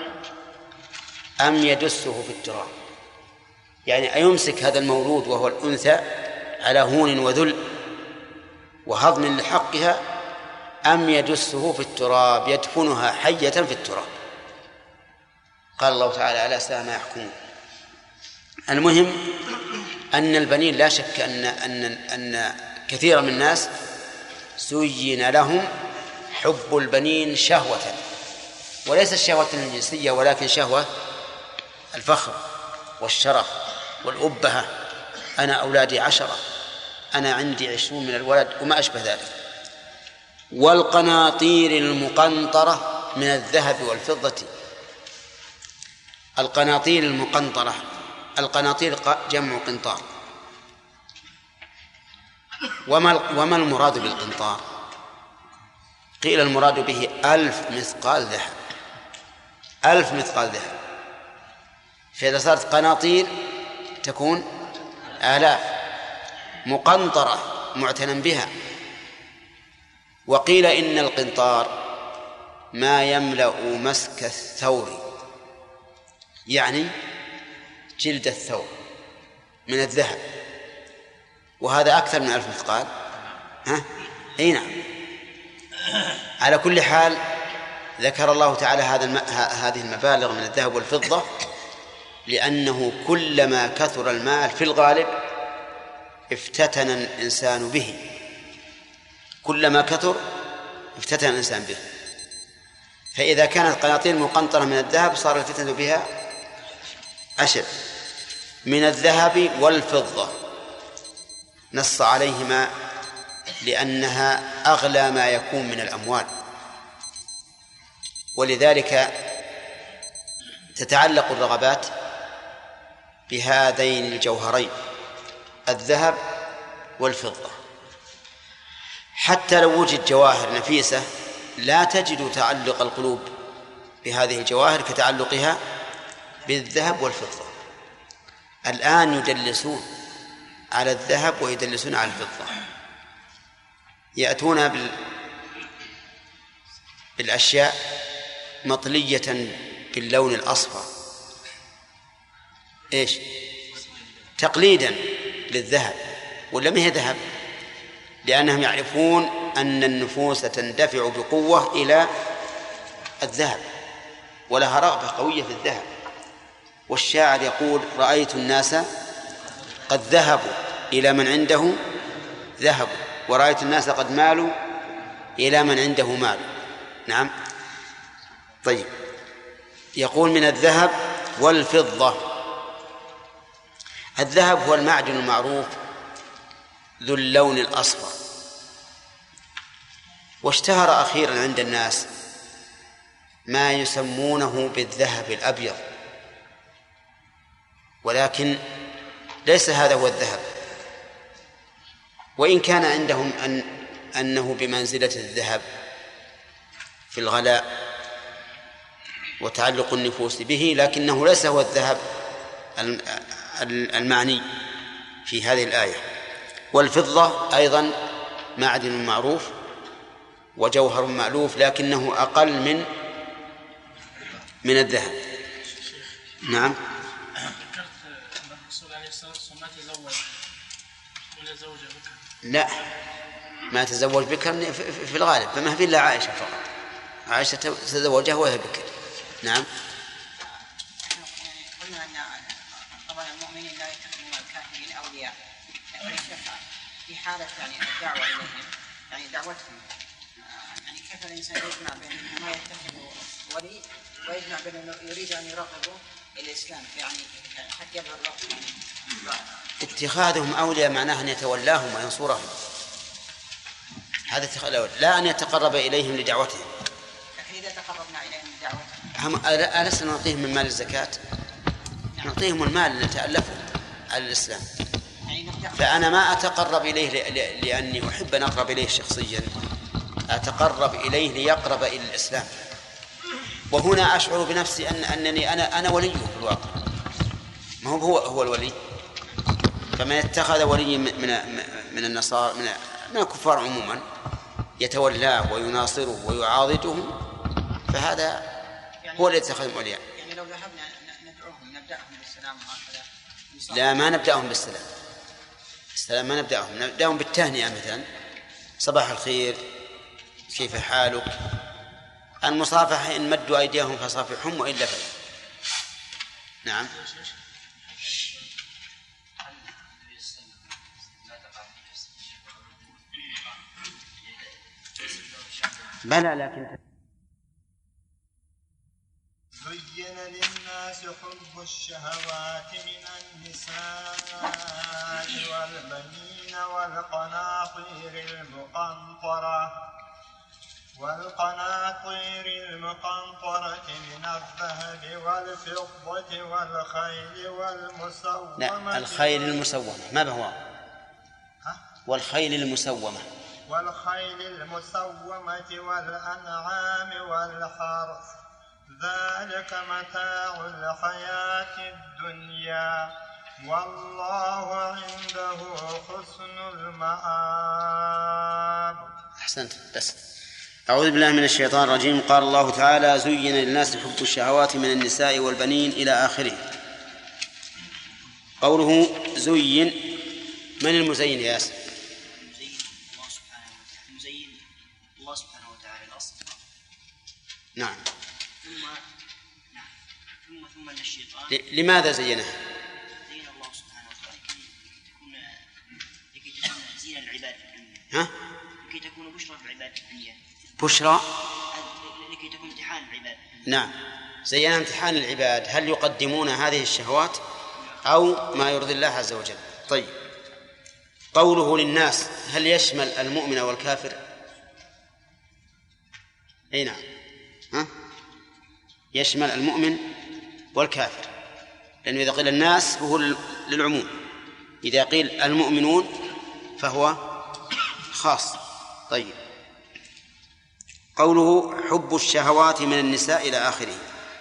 أم يدسه في التراب، يعني أيمسك هذا المولود وهو الأنثى على هون وذل وهضم لحقها أم يدسه في التراب يدفنها حية في التراب. قال الله تعالى ألا ساء ما يحكمون. المهم أن البنين لا شك أن أن أن كثير من الناس زين لهم حب البنين شهوة، وليس الشهوة الجنسية ولكن شهوة الفخر والشرف والأبهة، أنا أولادي عشرة، أنا عندي عشرون من الولد وما أشبه ذلك. والقناطير المقنطرة من الذهب والفضة. القناطير المقنطرة، القناطير جمع قنطار. وما وما المراد بالقنطار؟ قيل المراد به ألف مثقال ذهب، ألف مثقال ذهب، فإذا صارت قناطير تكون آلاف، مقنطرة معتنى بها. وقيل إن القنطار ما يملأ مسك الثور، يعني جلد الثور من الذهب، وهذا أكثر من ألف مثقال. ها؟ أي نعم. على كل حال ذكر الله تعالى هذا الم... هذه المبالغ من الذهب والفضة لأنه كلما كثر المال في الغالب افتتن الإنسان به، كلما كثر افتتن الإنسان به. فإذا كانت قناطير مقنطرة من الذهب صار الفتنة بها أشد. من الذهب والفضة نص عليهما لأنها أغلى ما يكون من الأموال، ولذلك تتعلق الرغبات بهذين الجوهرين الذهب والفضة. حتى لو وجد جواهر نفيسة لا تجد تعلق القلوب بهذه الجواهر كتعلقها بالذهب والفضة. الآن يدلسون على الذهب ويدلسون على الفضة، يأتون بال... بالأشياء مطلية باللون الأصفر، إيش؟ تقليدا للذهب، ولا ما هي ذهب؟ لأنهم يعرفون أن النفوس تندفع بقوة إلى الذهب ولها رغبة قوية في الذهب. والشاعر يقول: رأيت الناس قد ذهبوا إلى من عنده ذهب، ورأيت الناس قد مالوا إلى من عنده مال. نعم. طيب، يقول من الذهب والفضة. الذهب هو المعدن المعروف ذو اللون الأصفر، واشتهر أخيرا عند الناس ما يسمونه بالذهب الأبيض، ولكن ليس هذا هو الذهب، وإن كان عندهم أن أنه بمنزلة الذهب في الغلاء وتعلق النفوس به، لكنه ليس هو الذهب المعني في هذه الآية. والفضة أيضا معدن معروف وجوهر مألوف، لكنه أقل من من الذهب. نعم. ذكرت أن الرسول عليه الصلاة والسلام ما تزوج ولا زوج بكر. لا، ما تزوج بكر في الغالب، فما في إلا عائشة فقط. عائشة تزوجها وهي بكر. نعم. قلنا أن طبعا المؤمنين لا يتخذون الكافرين أولياء، لكن في حالة يعني الدعوة إليهم، يعني دعوتهم، يعني كيف الإنسان يجمع بين أنه ما يتخذ ولي ويجمع بين أنه يريد أن يرغبوا إلى الإسلام، يعني حتى يبلغ الله. اتخاذهم أولياء معناه أن يتولاهم وينصرهم، هذا اتخاذ، لا أن يتقرب إليهم لدعوتهم. لكن إذا تقربنا إليهم لدعوتهم ألسنا نعطيهم من مال الزكاة؟ نعطيهم المال اللي تألفوا على الإسلام. فأنا ما أتقرب إليه لأني أحب أن أقرب إليه شخصيا، أتقرب إليه ليقرب إلى الإسلام. وهنا أشعر بنفسي أن أنني أنا أنا وليه في الواقع، ما هو هو هو الولي. فمن اتخذ ولي من من النصارى من من الكفار عموما يتولاه ويناصره ويعاضده، فهذا هو الذي اتخذهم أولياء. يعني لو ذهبنا ندعوهم نبدأهم بالسلام وهكذا. لا، ما نبدأهم بالسلام. السلام ما نبدأهم، نبدأهم بالتهنئة مثلا: صباح الخير، كيف حالك؟ المصافحة إن مدوا أيديهم فصافحهم وإلا فلا. نعم. بلى، لكن زين للناس حب الشهوات من النساء والبنين والقناطير المقنطرة والقناطير المقنطرة من الذهب والفضة والخيل والمسومة. لا، الخيل المسومة ما بهو. والخيل المسومة والخيل المسومة والأنعام والحرث، ذلك متاع الحياة الدنيا والله عنده حسن المآب. أحسنت. بس أعوذ بالله من الشيطان الرجيم. قال الله تعالى: زين للناس حب الشهوات من النساء والبنين إلى آخره. قوله زين، من المزين يا ياسر؟ الله سبحانه وتعالى. مزين الله سبحانه وتعالى الأصل، نعم. ثم نعم ثم ثم أن الشيطان لماذا زينها؟ زين الله سبحانه وتعالى لكي تكون لكي تكون زينة العباد في الدنيا. ها؟ لكي تكون بشرى في العباد في الدنيا. بشرى؟ لكي تكون امتحان العباد. نعم زينها امتحان العباد، هل يقدمون هذه الشهوات أو ما يرضي الله عز وجل؟ طيب قوله للناس هل يشمل المؤمن والكافر؟ أي نعم، ها؟ يشمل المؤمن والكافر، لأنه إذا قيل الناس فهو للعموم، إذا قيل المؤمنون فهو خاص. طيب قوله حب الشهوات من النساء إلى آخره،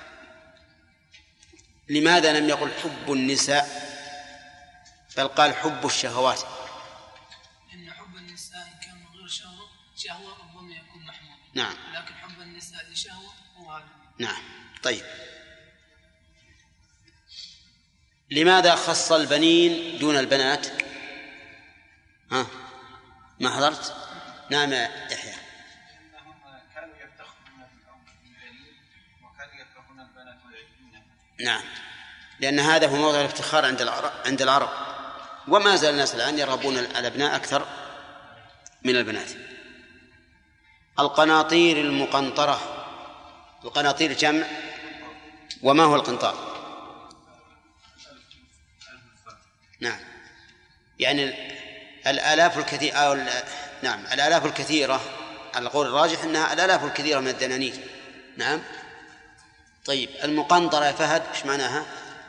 لماذا لم يقل حب النساء بل قال حب الشهوات؟ إن حب النساء إن كان من غير شهوة شهوة ربما يكون محمود. نعم. لكن حب النساء لشهوة هو هذا. نعم. طيب لماذا خص البنين دون البنات؟ ها ما حضرت؟ نعم يا يحيى. كانوا يفتخرون بالبنين وكانوا يكرهون البنات ويعجبونها. نعم، لأن هذا هو موضع الافتخار عند العرب عند العرب وما زال الناس الآن يرغبون الأبناء أكثر من البنات. القناطير المقنطرة، القناطير جمع، وما هو القنطار؟ نعم يعني الآلاف الكثيرة أو نعم الآلاف الكثيرة، على القول الراجح أنها الآلاف الكثيرة من الدنانير. نعم. طيب المقنطرة يا فهد إيش معناها؟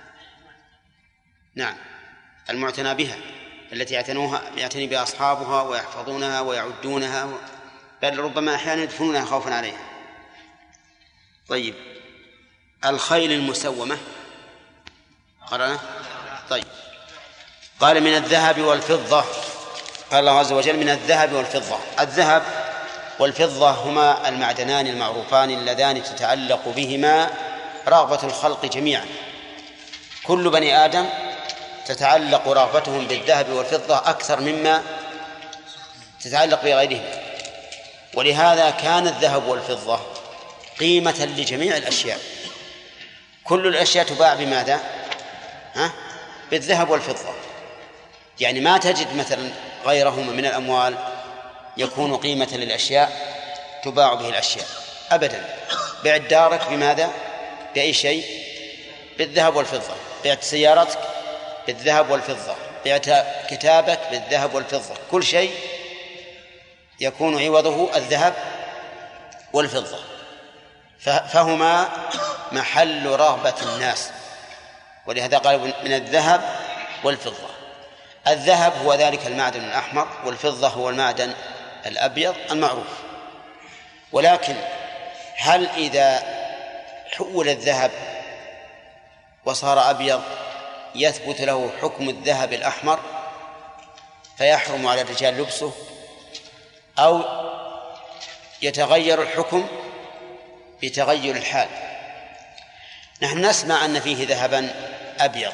نعم المعتنى بها، التي يعتنوها يعتني بها أصحابها ويحفظونها ويعدونها، بل ربما أحيانا يدفنونها خوفا عليها. طيب الخيل المسومة قرأنا؟ طيب قال من الذهب والفضة، قال الله عز وجل من الذهب والفضة. الذهب والفضة هما المعدنان المعروفان اللذان تتعلق بهما رغبة الخلق جميعا، كل بني آدم تتعلق رغبتهم بالذهب والفضة أكثر مما تتعلق بغيرهم، ولهذا كان الذهب والفضة قيمة لجميع الأشياء، كل الأشياء تباع بماذا؟ ها؟ بالذهب والفضة. يعني ما تجد مثلا غيرهما من الأموال يكون قيمة للأشياء تباع به الأشياء أبدا. بعت دارك بماذا؟ بأي شيء؟ بالذهب والفضة. بعت سيارتك بالذهب والفضة. بعت كتابك بالذهب والفضة. كل شيء يكون عوضه الذهب والفضة، فهما محل رغبة الناس، ولهذا قالوا من الذهب والفضة. الذهب هو ذلك المعدن الأحمر، والفضة هو المعدن الأبيض المعروف. ولكن هل إذا حول الذهب وصار أبيض يثبت له حكم الذهب الأحمر فيحرم على الرجال لبسه، أو يتغير الحكم بتغير الحال؟ نحن نسمع أن فيه ذهبا أبيض،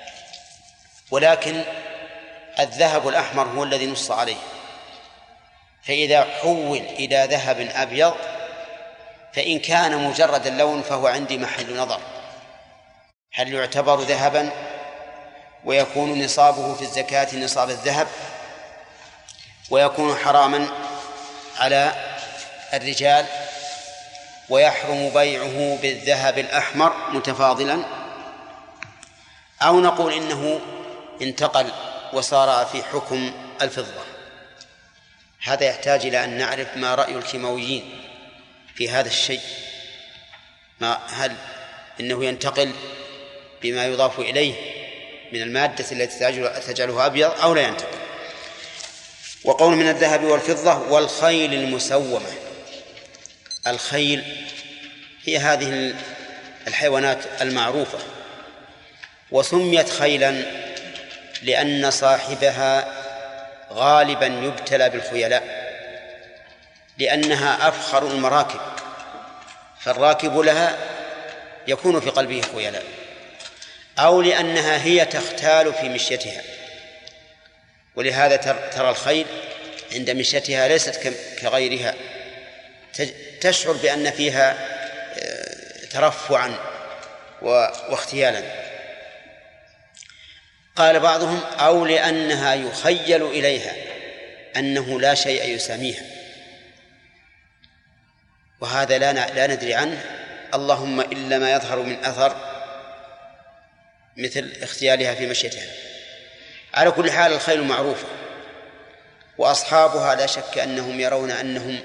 ولكن الذهب الأحمر هو الذي نص عليه، فإذا حول إلى ذهب أبيض فإن كان مجرد اللون فهو عندي محل نظر، هل يعتبر ذهبا ويكون نصابه في الزكاة نصاب الذهب ويكون حراما على الرجال ويحرم بيعه بالذهب الأحمر متفاضلا، أو نقول إنه انتقل وصار في حكم الفضة؟ هذا يحتاج إلى أن نعرف ما رأي الكيماويين في هذا الشيء، ما هل إنه ينتقل بما يضاف إليه من المادة التي تجعله أبيض أو لا ينتقل. وقول من الذهب والفضة والخيل المسومة. الخيل هي هذه الحيوانات المعروفة، وسميت خيلا لأن صاحبها غالبا يبتلى بالخيلاء، لأنها أفخر المراكب، فالراكب لها يكون في قلبه خيلاء، أو لأنها هي تختال في مشيتها، ولهذا ترى الخيل عند مشيتها ليست كغيرها، تشعر بأن فيها ترفعا واختيالا. قال بعضهم أو لأنها يخيل إليها أنه لا شيء يساميها، وهذا لا لا ندري عنه، اللهم إلا ما يظهر من أثر مثل اختيالها في مشيتها. على كل حال الخيل معروفة، وأصحابها لا شك أنهم يرون أنهم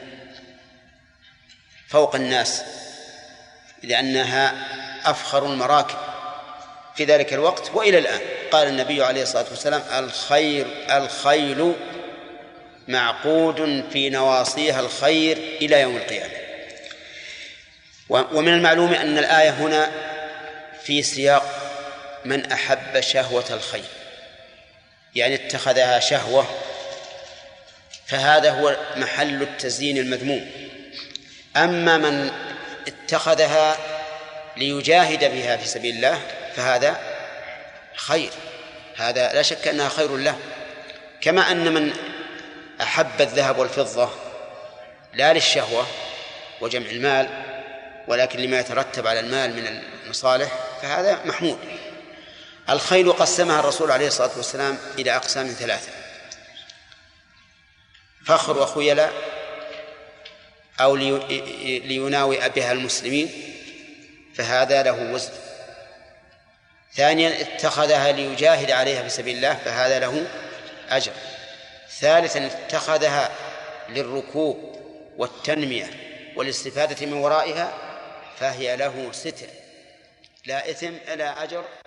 فوق الناس، لأنها أفخر المراكب في ذلك الوقت وإلى الآن. قال النبي عليه الصلاة والسلام الخير الخيل معقود في نواصيها الخير إلى يوم القيامة. ومن المعلوم أن الآية هنا في سياق من أحب شهوة الخيل، يعني اتخذها شهوة، فهذا هو محل التزيين المذموم. أما من اتخذها ليجاهد بها في سبيل الله فهذا خير، هذا لا شك أنها خير له. كما أن من أحب الذهب والفضة لا للشهوة وجمع المال ولكن لما يترتب على المال من المصالح فهذا محمود. الخيل قسمها الرسول عليه الصلاة والسلام إلى أقسام ثلاثة: فخر وخيلاء، أو ليناوئ بها المسلمين فهذا له وزن. ثانيا اتخذها ليجاهد عليها في سبيل الله فهذا له أجر. ثالثا اتخذها للركوب والتنمية والاستفادة من ورائها فهي له ستر لا إثم إلا أجر.